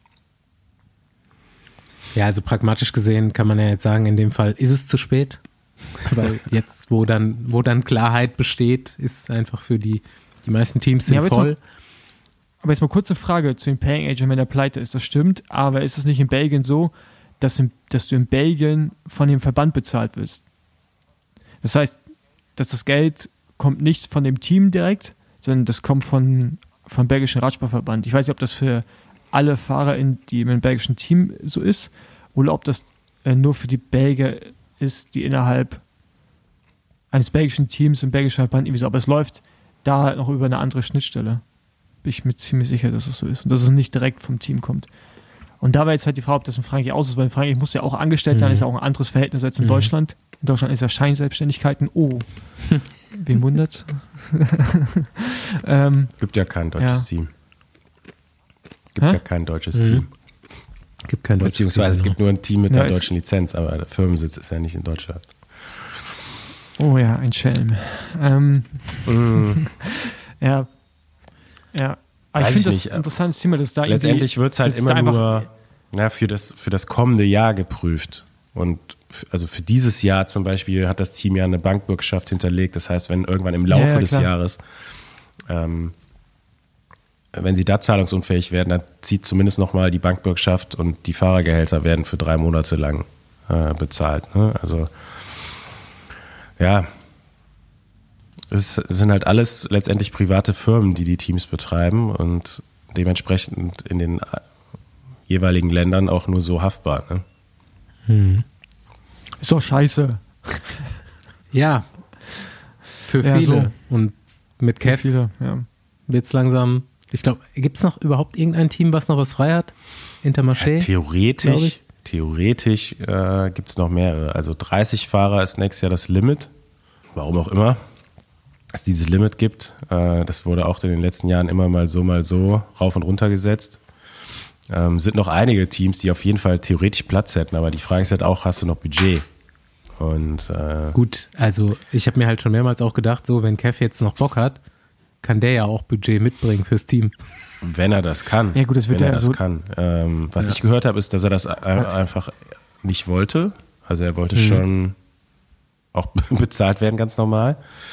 Ja, also pragmatisch gesehen kann man ja jetzt sagen, in dem Fall ist es zu spät. Weil jetzt, wo dann Klarheit besteht, ist einfach für die meisten Teams sinnvoll. Aber jetzt mal kurze Frage zu dem Paying Agent, wenn der pleite ist. Das stimmt, aber ist es nicht in Belgien so, dass du in Belgien von dem Verband bezahlt wirst? Das heißt, dass das Geld kommt nicht von dem Team direkt, sondern das kommt vom belgischen Radsportverband. Ich weiß nicht, ob das für alle Fahrer die im belgischen Team so ist oder ob das nur für die Belgier ist, die innerhalb eines belgischen Teams im belgischen Verband irgendwie so, aber es läuft da noch über eine andere Schnittstelle. Bin ich mir ziemlich sicher, dass es so ist und dass es nicht direkt vom Team kommt. Und da war jetzt halt die Frage, ob das in Frankreich aus ist, weil in Frankreich muss ja auch angestellt sein, ist ja auch ein anderes Verhältnis als in Deutschland. In Deutschland ist ja Scheinselbstständigkeiten. Oh, wen wundert's? Gibt ja kein deutsches Team. Gibt ja kein deutsches Team. Gibt kein deutsches Beziehungsweise Team, es gibt nur ein Team mit einer deutschen Lizenz, aber der Firmensitz ist ja nicht in Deutschland. Oh ja, ein Schelm. Ja. Aber ich finde das ein interessantes Thema, dass da letztendlich wird es halt immer nur für das kommende Jahr geprüft. Und also für dieses Jahr zum Beispiel hat das Team ja eine Bankbürgschaft hinterlegt. Das heißt, wenn irgendwann im Laufe des Jahres, wenn sie da zahlungsunfähig werden, dann zieht zumindest nochmal die Bankbürgschaft und die Fahrergehälter werden für 3 Monate lang bezahlt. Ne? Also ja, es sind halt alles letztendlich private Firmen, die Teams betreiben und dementsprechend in den jeweiligen Ländern auch nur so haftbar. Ne? Ist doch scheiße. Ja, für viele. So. Und mit Kev wird es langsam, ich glaube, gibt es noch überhaupt irgendein Team, was noch was frei hat? Intermarché? Theoretisch gibt es noch mehrere. Also 30 Fahrer ist nächstes Jahr das Limit. Warum auch immer es dieses Limit gibt. Das wurde auch in den letzten Jahren immer mal so rauf und runter gesetzt. Sind noch einige Teams, die auf jeden Fall theoretisch Platz hätten, aber die Frage ist halt auch, hast du noch Budget? Und gut, also ich habe mir halt schon mehrmals auch gedacht, so wenn Kev jetzt noch Bock hat, kann der ja auch Budget mitbringen fürs Team. Wenn er das kann. Ja gut, das wird er so kann. Was ich gehört habe, ist, dass er das einfach nicht wollte. Also er wollte schon auch bezahlt werden, ganz normal.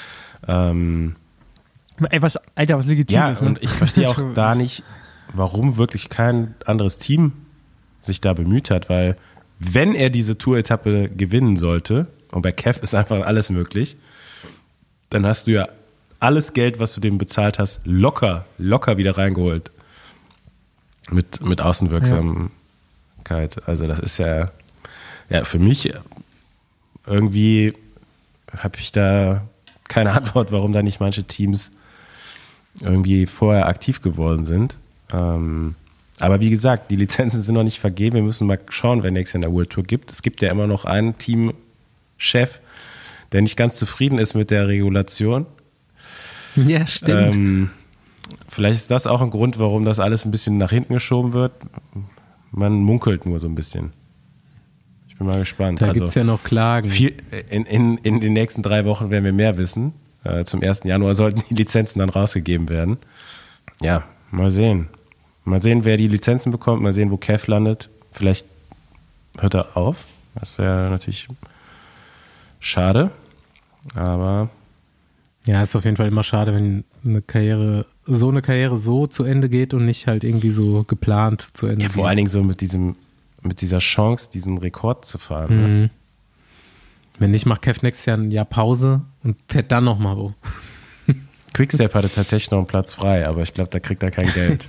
Was legitim ist. Ja, und ich verstehe auch da nicht, warum wirklich kein anderes Team sich da bemüht hat, weil wenn er diese Tour-Etappe gewinnen sollte, und bei Kev ist einfach alles möglich, dann hast du ja alles Geld, was du dem bezahlt hast, locker wieder reingeholt. Mit Außenwirksamkeit. Also das ist ja für mich irgendwie habe ich da keine Antwort, warum da nicht manche Teams irgendwie vorher aktiv geworden sind. Aber wie gesagt, die Lizenzen sind noch nicht vergeben. Wir müssen mal schauen, wer nächstes Jahr in der World Tour gibt. Es gibt ja immer noch einen Teamchef, der nicht ganz zufrieden ist mit der Regulation. Ja, stimmt. Vielleicht ist das auch ein Grund, warum das alles ein bisschen nach hinten geschoben wird. Man munkelt nur so ein bisschen. Ich bin mal gespannt. Da gibt es ja noch Klagen. In den nächsten 3 Wochen werden wir mehr wissen. Zum 1. Januar sollten die Lizenzen dann rausgegeben werden. Ja, mal sehen. Mal sehen, wer die Lizenzen bekommt. Mal sehen, wo Kev landet. Vielleicht hört er auf. Das wäre natürlich schade. Aber ja, ist auf jeden Fall immer schade, wenn eine Karriere so zu Ende geht und nicht halt irgendwie so geplant zu Ende geht. Vor allen Dingen so mit dieser Chance, diesen Rekord zu fahren. Ne? Wenn nicht, macht Kev nächstes Jahr ein Jahr Pause und fährt dann nochmal wo. Quickstep hatte tatsächlich noch einen Platz frei, aber ich glaube, da kriegt er kein Geld.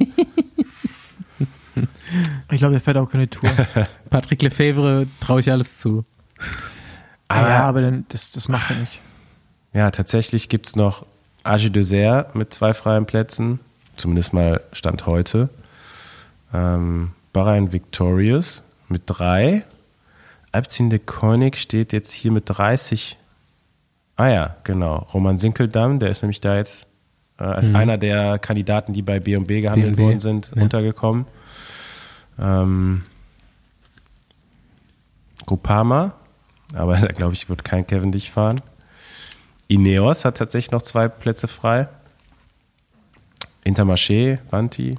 Ich glaube, der fährt auch keine Tour. Patrick Lefevre traue ich alles zu. Aber dann, das macht er nicht. Ja, tatsächlich gibt es noch Agi Dessert mit 2 freien Plätzen, zumindest mal Stand heute. Bahrain Victorious mit 3. Alpecin de Koenig steht jetzt hier mit 30. Ah ja, genau. Roman Sinkeldam, der ist nämlich da jetzt als einer der Kandidaten, die bei B&B gehandelt worden sind, untergekommen. Groupama, aber da glaube ich, wird kein Cavendish fahren. Ineos hat tatsächlich noch 2 Plätze frei. Intermarché, Vanti.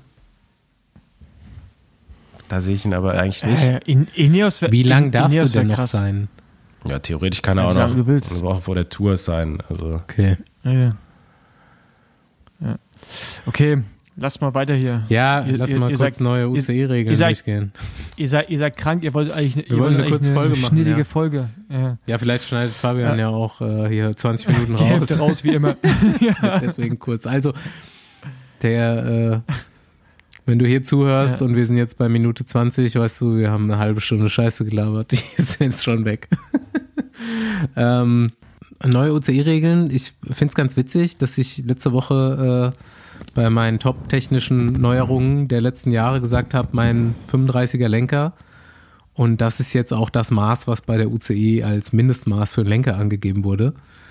Da sehe ich ihn aber eigentlich nicht. Ineos Wie lang darfst du denn noch sein? Ja, theoretisch kann er auch noch eine Woche vor der Tour sein. Also. Okay. Ja. Okay, Lass mal weiter hier. Ja, lass mal kurz neue UCI-Regeln durchgehen. Ihr seid krank, ihr wollt eigentlich eine kurze Folge machen. Schnittige Folge. Ja, vielleicht schneidet Fabian ja auch hier 20 Minuten die raus. Hälfte raus, wie immer. Das wird deswegen kurz. Also, wenn du hier zuhörst und wir sind jetzt bei Minute 20, weißt du, wir haben eine halbe Stunde Scheiße gelabert. Die ist jetzt schon weg. Neue UCI-Regeln. Ich finde es ganz witzig, dass ich letzte Woche bei meinen top-technischen Neuerungen der letzten Jahre gesagt habe, mein 35er Lenker. Und das ist jetzt auch das Maß, was bei der UCI als Mindestmaß für den Lenker angegeben wurde.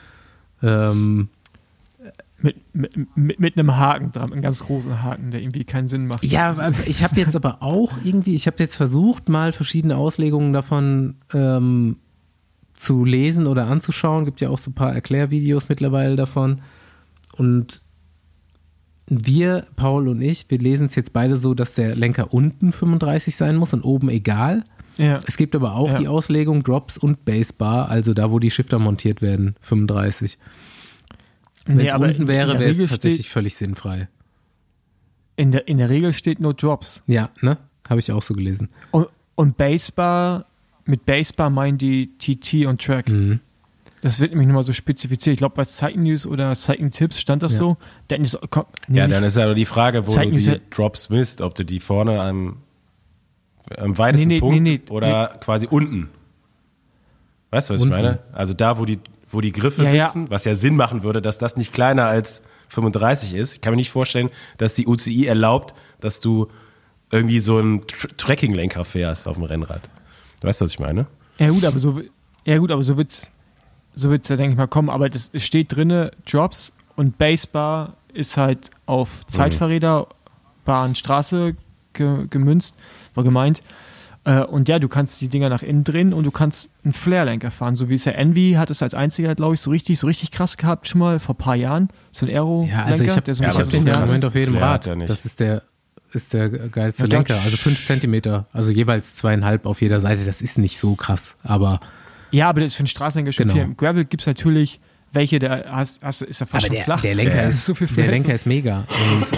Mit einem Haken dran, einem ganz großen Haken, der irgendwie keinen Sinn macht. Ja, ich habe jetzt aber auch ich habe jetzt versucht, mal verschiedene Auslegungen davon zu lesen oder anzuschauen. Gibt ja auch so ein paar Erklärvideos mittlerweile davon. Und wir, Paul und ich, wir lesen es jetzt beide so, dass der Lenker unten 35 sein muss und oben egal. Ja. Es gibt aber auch die Auslegung Drops und Basebar, also da, wo die Shifter montiert werden, 35. Wenn es unten wäre, wäre es tatsächlich völlig sinnfrei. In der Regel steht nur Drops. Ja, ne? Habe ich auch so gelesen. Und Basebar, mit Basebar meinen die TT und Track. Mhm. Das wird nämlich nochmal so spezifiziert. Ich glaube, bei Cycling News oder Cycling Tipps stand das so. Dann ist aber die Frage, wo du die Drops misst, ob du die vorne am weitesten Punkt oder quasi unten. Weißt du, was ich meine? Also da, wo die Griffe sitzen, was ja Sinn machen würde, dass das nicht kleiner als 35 ist. Ich kann mir nicht vorstellen, dass die UCI erlaubt, dass du irgendwie so einen Tracking-Lenker fährst auf dem Rennrad. Du weißt, was ich meine? Ja gut, aber so wird's ja, denke ich mal, kommen. Aber es steht drinne Drops und Basebar ist halt auf Zeitfahrräder, Bahn, Straße gemünzt, war gemeint. Und ja, du kannst die Dinger nach innen drehen und du kannst einen Flare-Lenker fahren, so wie es ja Envy hat es als einziger, glaube ich, so richtig krass gehabt schon mal vor ein paar Jahren. So ein Aero-Lenker. Ja, also ich habe den im Moment auf jedem Rad. Ja nicht. Das ist der geilste Lenker. Also 5 Zentimeter, also jeweils 2,5 auf jeder Seite. Das ist nicht so krass, aber... Ja, aber das ist für einen Straßenlenker schon viel. Im Gravel gibt es natürlich welche, da ist er fast aber schon flach. Der Lenker ist mega. Und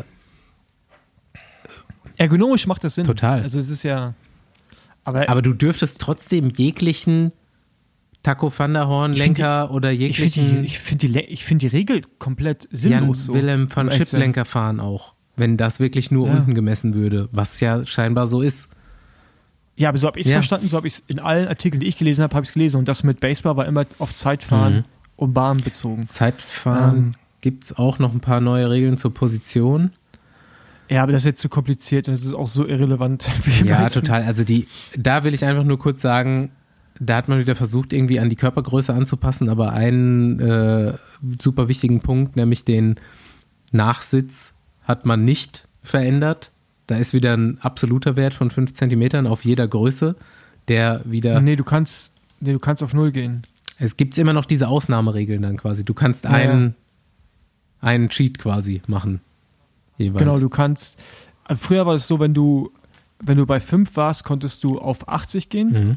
ergonomisch macht das Sinn. Total. Also es ist ja... Aber du dürftest trotzdem jeglichen Taco van der Horn Lenker oder jeglichen... Ich finde die Regel komplett sinnlos. Jan Willem van Schip Lenker fahren auch, wenn das wirklich nur unten gemessen würde, was ja scheinbar so ist. Ja, aber so habe ich es verstanden, so habe ich es in allen Artikeln, die ich gelesen habe, gelesen. Und das mit Basebar war immer auf Zeitfahren und Bahn bezogen. Zeitfahren gibt es auch noch ein paar neue Regeln zur Position. Ja, aber das ist jetzt zu kompliziert und das ist auch so irrelevant. Ja, total. Also da will ich einfach nur kurz sagen, da hat man wieder versucht, irgendwie an die Körpergröße anzupassen, aber einen super wichtigen Punkt, nämlich den Nachsitz, hat man nicht verändert. Da ist wieder ein absoluter Wert von 5 Zentimetern auf jeder Größe, der wieder... Nee, du kannst auf 0 gehen. Es gibt immer noch diese Ausnahmeregeln dann quasi. Du kannst einen Cheat quasi machen. Jeweils. Genau, du kannst... Früher war es so, wenn du bei 5 warst, konntest du auf 80 gehen.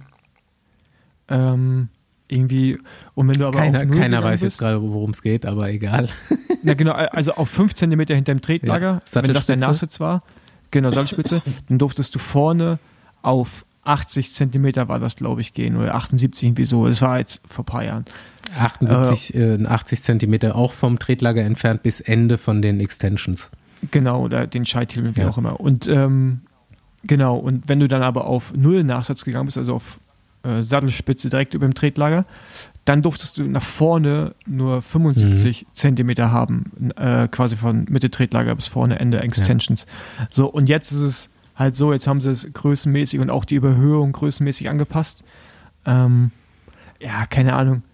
Irgendwie... Und wenn du aber auf 0 keiner weiß jetzt gerade, worum es geht, aber egal. Na genau, also auf 5 Zentimeter hinterm Tretlager, wenn das der Nachsitz war, genau, Sattelspitze, dann durftest du vorne auf 80 Zentimeter war das, glaube ich, gehen oder 78 irgendwie so. Das war jetzt vor ein paar Jahren. 80 Zentimeter auch vom Tretlager entfernt bis Ende von den Extensions. Genau, oder den Scheithebeln, wie auch immer. Und genau, und wenn du dann aber auf 0 Nachsatz gegangen bist, also auf Sattelspitze direkt über dem Tretlager, dann durftest du nach vorne nur 75 Zentimeter haben, quasi von Mitte Tretlager bis vorne Ende Extensions. Ja. So, und jetzt ist es halt so, jetzt haben sie es größenmäßig und auch die Überhöhung größenmäßig angepasst. Ja, keine Ahnung.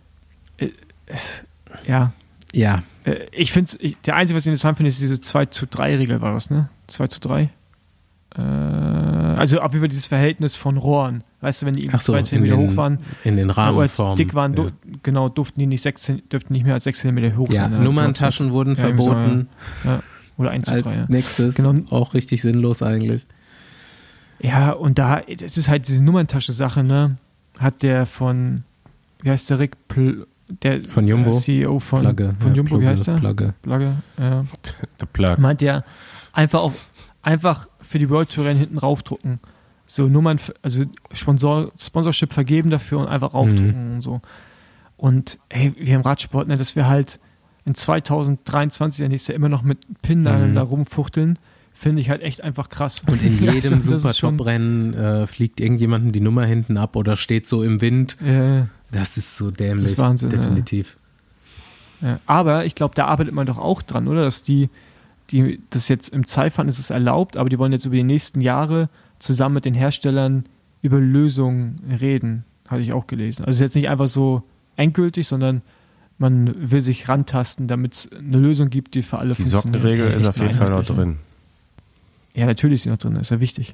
Ja. Ich finde der Einzige, was ich interessant finde, ist diese 2:3-Regel war das, ne? 2:3? Also auf jeden Fall dieses Verhältnis von Rohren. Weißt du, wenn die 2 Zentimeter hoch waren, in den Rahmenformen, dick waren, dürften nicht mehr als 6 Zentimeter hoch sein. Ja, Nummerntaschen wurden verboten. Ja. Oder 1:3. Als nächstes, genau. Auch richtig sinnlos eigentlich. Ja, und es ist halt diese Nummerntasche-Sache, ne? Hat der von, wie heißt der Rick? Von Jumbo. CEO von Plugge, Jumbo, wie heißt der? Plugge. Ja. The Plug. Meint der, Einfach für die World Tour Rennen hinten raufdrucken. So Nummern, also Sponsorship vergeben dafür und einfach raufdrucken und so. Und hey, wir im Radsport, ne, dass wir halt in 2023 der nächste immer noch mit Pinnadeln da rumfuchteln, finde ich halt echt einfach krass. Und in jedem Also, das ist Super-Top-Rennen fliegt irgendjemandem die Nummer hinten ab oder steht so im Wind. Das ist so dämlich. Das ist Wahnsinn, definitiv. Ja. Aber ich glaube, da arbeitet man doch auch dran, oder? Dass das jetzt im Zeitfahren ist es erlaubt, aber die wollen jetzt über die nächsten Jahre zusammen mit den Herstellern über Lösungen reden, hatte ich auch gelesen. Also es ist jetzt nicht einfach so endgültig, sondern man will sich rantasten, damit es eine Lösung gibt, die für alle Die funktioniert. Sockenregel ist auf jeden Fall noch drin. Ja, natürlich ist sie noch drin, ist ja wichtig.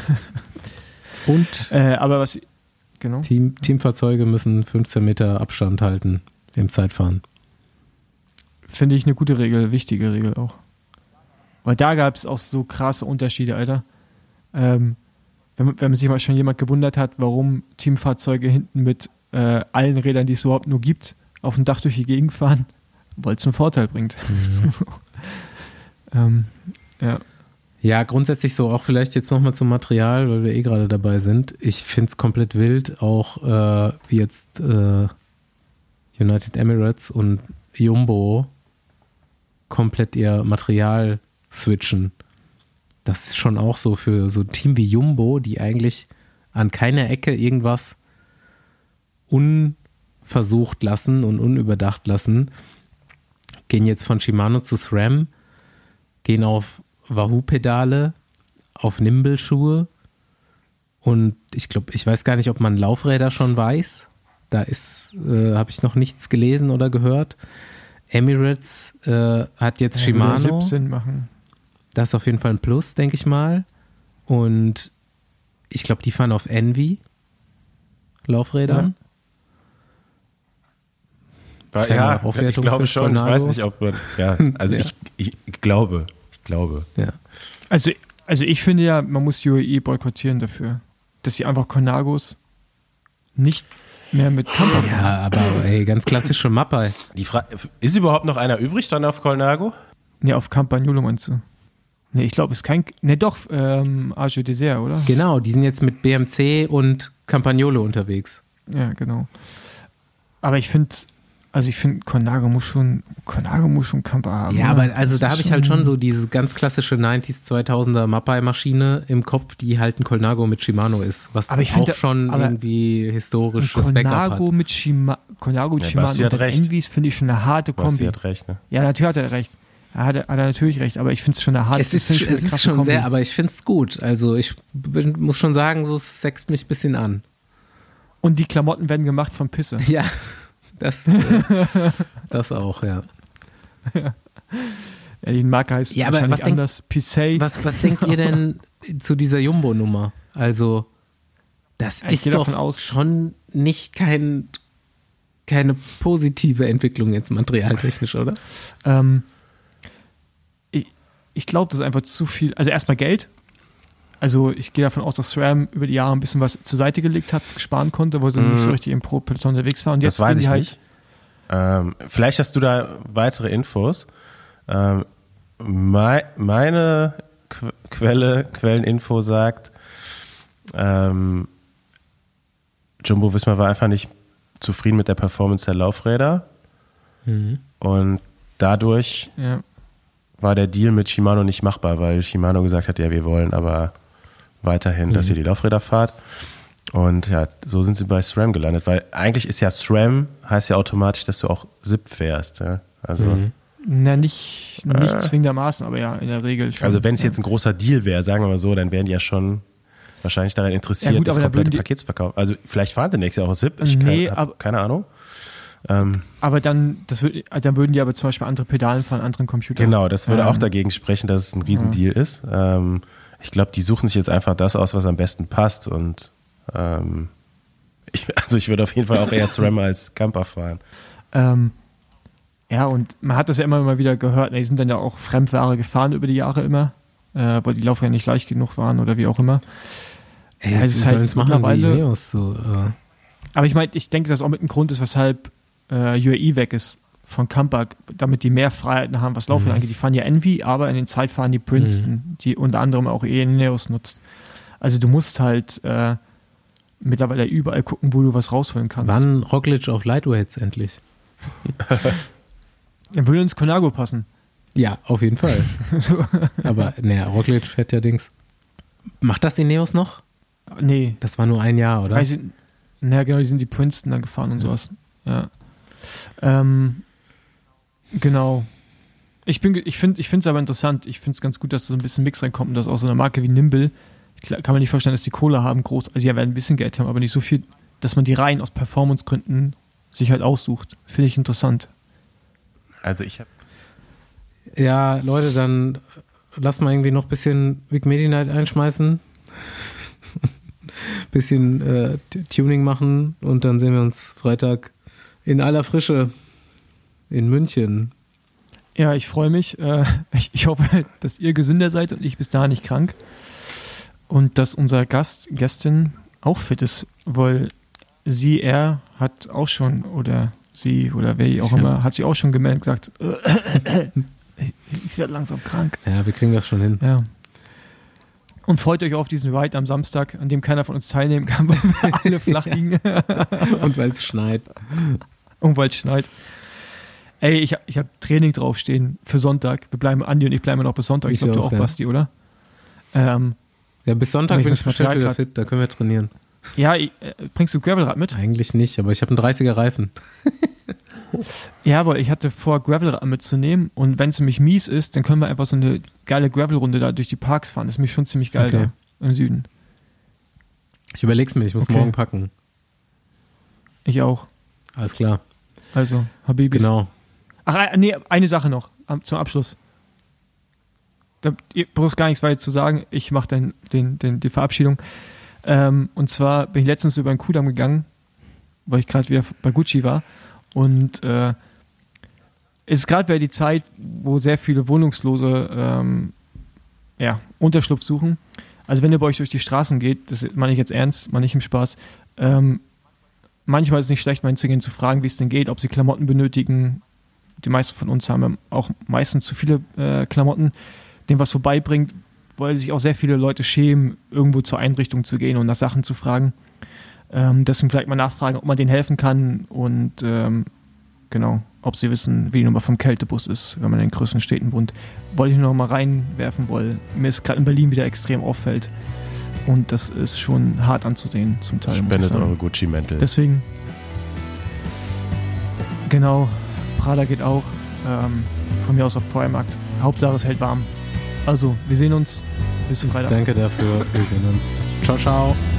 Und aber was, genau. Teamfahrzeuge müssen 15 Meter Abstand halten im Zeitfahren. Finde ich eine gute Regel, wichtige Regel auch. Weil da gab es auch so krasse Unterschiede, Alter. Wenn man sich mal schon jemand gewundert hat, warum Teamfahrzeuge hinten mit allen Rädern, die es überhaupt nur gibt, auf dem Dach durch die Gegend fahren, weil es einen Vorteil bringt. Ja. Ja, grundsätzlich so auch vielleicht jetzt nochmal zum Material, weil wir gerade dabei sind. Ich finde es komplett wild, auch wie jetzt United Emirates und Jumbo komplett ihr Material switchen. Das ist schon auch so für so ein Team wie Jumbo, die eigentlich an keiner Ecke irgendwas unversucht lassen und unüberdacht lassen, gehen jetzt von Shimano zu SRAM, gehen auf Wahoo-Pedale, auf Nimble-Schuhe und ich glaube, ich weiß gar nicht, ob man Laufräder schon weiß. Da habe ich noch nichts gelesen oder gehört. Emirates hat jetzt Shimano. 17 machen. Das ist auf jeden Fall ein Plus, denke ich mal. Und ich glaube, die fahren auf Envy Laufrädern. Ja, ich glaube schon. Ich weiß nicht, ob man. Ja, also Ja. Ich glaube. Ja. Also ich finde ja, man muss UAE boykottieren dafür, dass sie einfach Conagos nicht mehr mit Camper fahren. Ja, aber ey, ganz klassische Mappe. Ist überhaupt noch einer übrig dann auf Colnago? Ne, auf Campagnolo meinst du? Ne, ich glaube, es ist kein. Ne, doch, Arge Dessert, oder? Genau, die sind jetzt mit BMC und Campagnolo unterwegs. Ja, genau. Aber ich finde Colnago muss schon Camper haben. Ja, oder? aber also Das da ist habe ich halt schon so diese ganz klassische 90s, 2000er Mapai-Maschine im Kopf, die halt ein Colnago mit Shimano ist, was Aber ich auch finde, schon aber irgendwie historisch das Backup hat. Colnago mit Shimano und Basti hat den recht. Envys finde ich schon eine harte Basti Kombi. hat recht, ne? Ja, natürlich hat er recht. Hat er natürlich recht, aber ich finde es schon eine harte Es ist schon sehr, aber ich finde es gut. Also ich muss schon sagen, so es sext mich ein bisschen an. Und die Klamotten werden gemacht von Pisse. Ja, das auch, ja. Ja, die Marke heißt Ja, aber wahrscheinlich was denkt- anders. Pissay. Was denkt ihr denn zu dieser Jumbo-Nummer? Also, das Ich ist gehe doch davon aus- schon nicht keine positive Entwicklung jetzt materialtechnisch, oder? Ich glaube, das ist einfach zu viel. Also erstmal Geld. Also ich gehe davon aus, dass SRAM über die Jahre ein bisschen was zur Seite gelegt hat, sparen konnte, wo sie nicht so richtig im Pro-Peloton unterwegs waren. Und jetzt Das weiß gehen ich sie halt, nicht. Vielleicht hast du da weitere Infos. Meine Quelleninfo sagt, Jumbo Visma war einfach nicht zufrieden mit der Performance der Laufräder und dadurch Ja. war der Deal mit Shimano nicht machbar, weil Shimano gesagt hat, ja, wir wollen aber weiterhin, dass ihr die Laufräder fahrt. Und ja, so sind sie bei SRAM gelandet, weil eigentlich ist ja SRAM, heißt ja automatisch, dass du auch SIP fährst. Ja? Also, Na, nicht zwingendermaßen, aber ja, in der Regel schon. also wenn es jetzt ein großer Deal wäre, sagen wir mal so, dann wären die ja schon wahrscheinlich daran interessiert, Ja, gut, das aber da komplette würden die- Paket zu verkaufen. Also vielleicht fahren sie nächstes Jahr auch SIP, Nee, hab aber- keine Ahnung. Aber dann würden die aber zum Beispiel andere Pedalen fahren, anderen Computer. Genau, das würde auch dagegen sprechen, dass es ein Riesendeal ist. Ich glaube, die suchen sich jetzt einfach das aus, was am besten passt. Und ich würde auf jeden Fall auch eher SRAM als Camper fahren. Ja, und man hat das ja immer mal wieder gehört, die sind dann ja auch Fremdware gefahren über die Jahre immer, weil die Laufräder nicht leicht genug waren oder wie auch immer. Ey, Ja, es die ist halt sollen es machen wie mittlerweile- Ineos. So, Aber ich meine, ich denke, dass auch mit ein Grund ist, weshalb UAE weg ist. von Kamper, damit die mehr Freiheiten haben, was Laufen angeht. Die fahren ja Envy, aber in den Zeit fahren die Princeton, die unter anderem auch Ineos nutzt. Also du musst halt mittlerweile überall gucken, wo du was rausholen kannst. Wann Roglic auf Lightweights endlich? Dann würde ins Colnago passen. Ja, auf jeden Fall. So. Aber Roglic fährt ja Dings. Macht das Ineos noch? Nee. Das war nur ein Jahr, oder? Genau, die sind die Princeton dann gefahren und sowas. Ja. Genau. Ich finde es aber interessant. Ich finde es ganz gut, dass so ein bisschen Mix reinkommt und dass auch so eine Marke wie Nimble, kann man nicht vorstellen, dass die Kohle haben, groß. Also ja, werden ein bisschen Geld haben, aber nicht so viel, dass man die rein aus Performancegründen sich halt aussucht. Finde ich interessant. Also ich habe... Ja, Leute, dann lass mal irgendwie noch ein bisschen Vic Medi-Night einschmeißen. Bisschen Tuning machen und dann sehen wir uns Freitag in aller Frische in München. Ja, ich freue mich. Ich hoffe, dass ihr gesünder seid und ich bis dahin nicht krank. Und dass unser Gästin auch fit ist, weil er hat auch schon, oder sie, oder wer auch immer, hat sie auch schon gemeldet, gesagt, ich werde langsam krank. Ja, wir kriegen das schon hin. Ja. Und freut euch auf diesen Ride am Samstag, an dem keiner von uns teilnehmen kann, weil wir alle flach liegen. Und weil es schneit. Und weil es schneit. Ey, ich hab Training draufstehen für Sonntag. Andi und ich bleiben noch bis Sonntag. Ich glaube, du auch, ja. Basti, oder? Ja, bis Sonntag bin ich bestimmt wieder fit, da können wir trainieren. Ja, bringst du Gravelrad mit? Eigentlich nicht, aber ich habe einen 30er Reifen. Ja, aber ich hatte vor, Gravelrad mitzunehmen und wenn es nämlich mies ist, dann können wir einfach so eine geile Gravelrunde da durch die Parks fahren. Das ist nämlich schon ziemlich geil da im Süden. Ich überleg's mir, ich muss morgen packen. Ich auch. Alles klar. Also, Habibis. Genau. Ach, nee, eine Sache noch zum Abschluss. Ihr braucht gar nichts weiter zu sagen. Ich mache dann die Verabschiedung. Und zwar bin ich letztens über den Kudamm gegangen, weil ich gerade wieder bei Gucci war. Und es ist gerade wieder die Zeit, wo sehr viele Wohnungslose Unterschlupf suchen. Also wenn ihr bei euch durch die Straßen geht, das meine ich jetzt ernst, meine ich im Spaß, manchmal ist es nicht schlecht, mal hinzugehen, zu fragen, wie es denn geht, ob sie Klamotten benötigen. Die meisten von uns haben auch meistens zu viele Klamotten, denen was vorbeibringt, weil sich auch sehr viele Leute schämen, irgendwo zur Einrichtung zu gehen und nach Sachen zu fragen. Deswegen vielleicht mal nachfragen, ob man denen helfen kann und genau, ob sie wissen, wie die Nummer vom Kältebus ist, wenn man in den größeren Städten wohnt. Wollte ich nur noch mal reinwerfen, weil mir es gerade in Berlin wieder extrem auffällt und das ist schon hart anzusehen zum Teil. Spendet eure Gucci-Mäntel. Deswegen, genau, Prada geht auch, von mir aus auf Primarkt. Hauptsache es hält warm. Also, wir sehen uns. Bis Freitag. Danke dafür. Wir sehen uns. Ciao, ciao.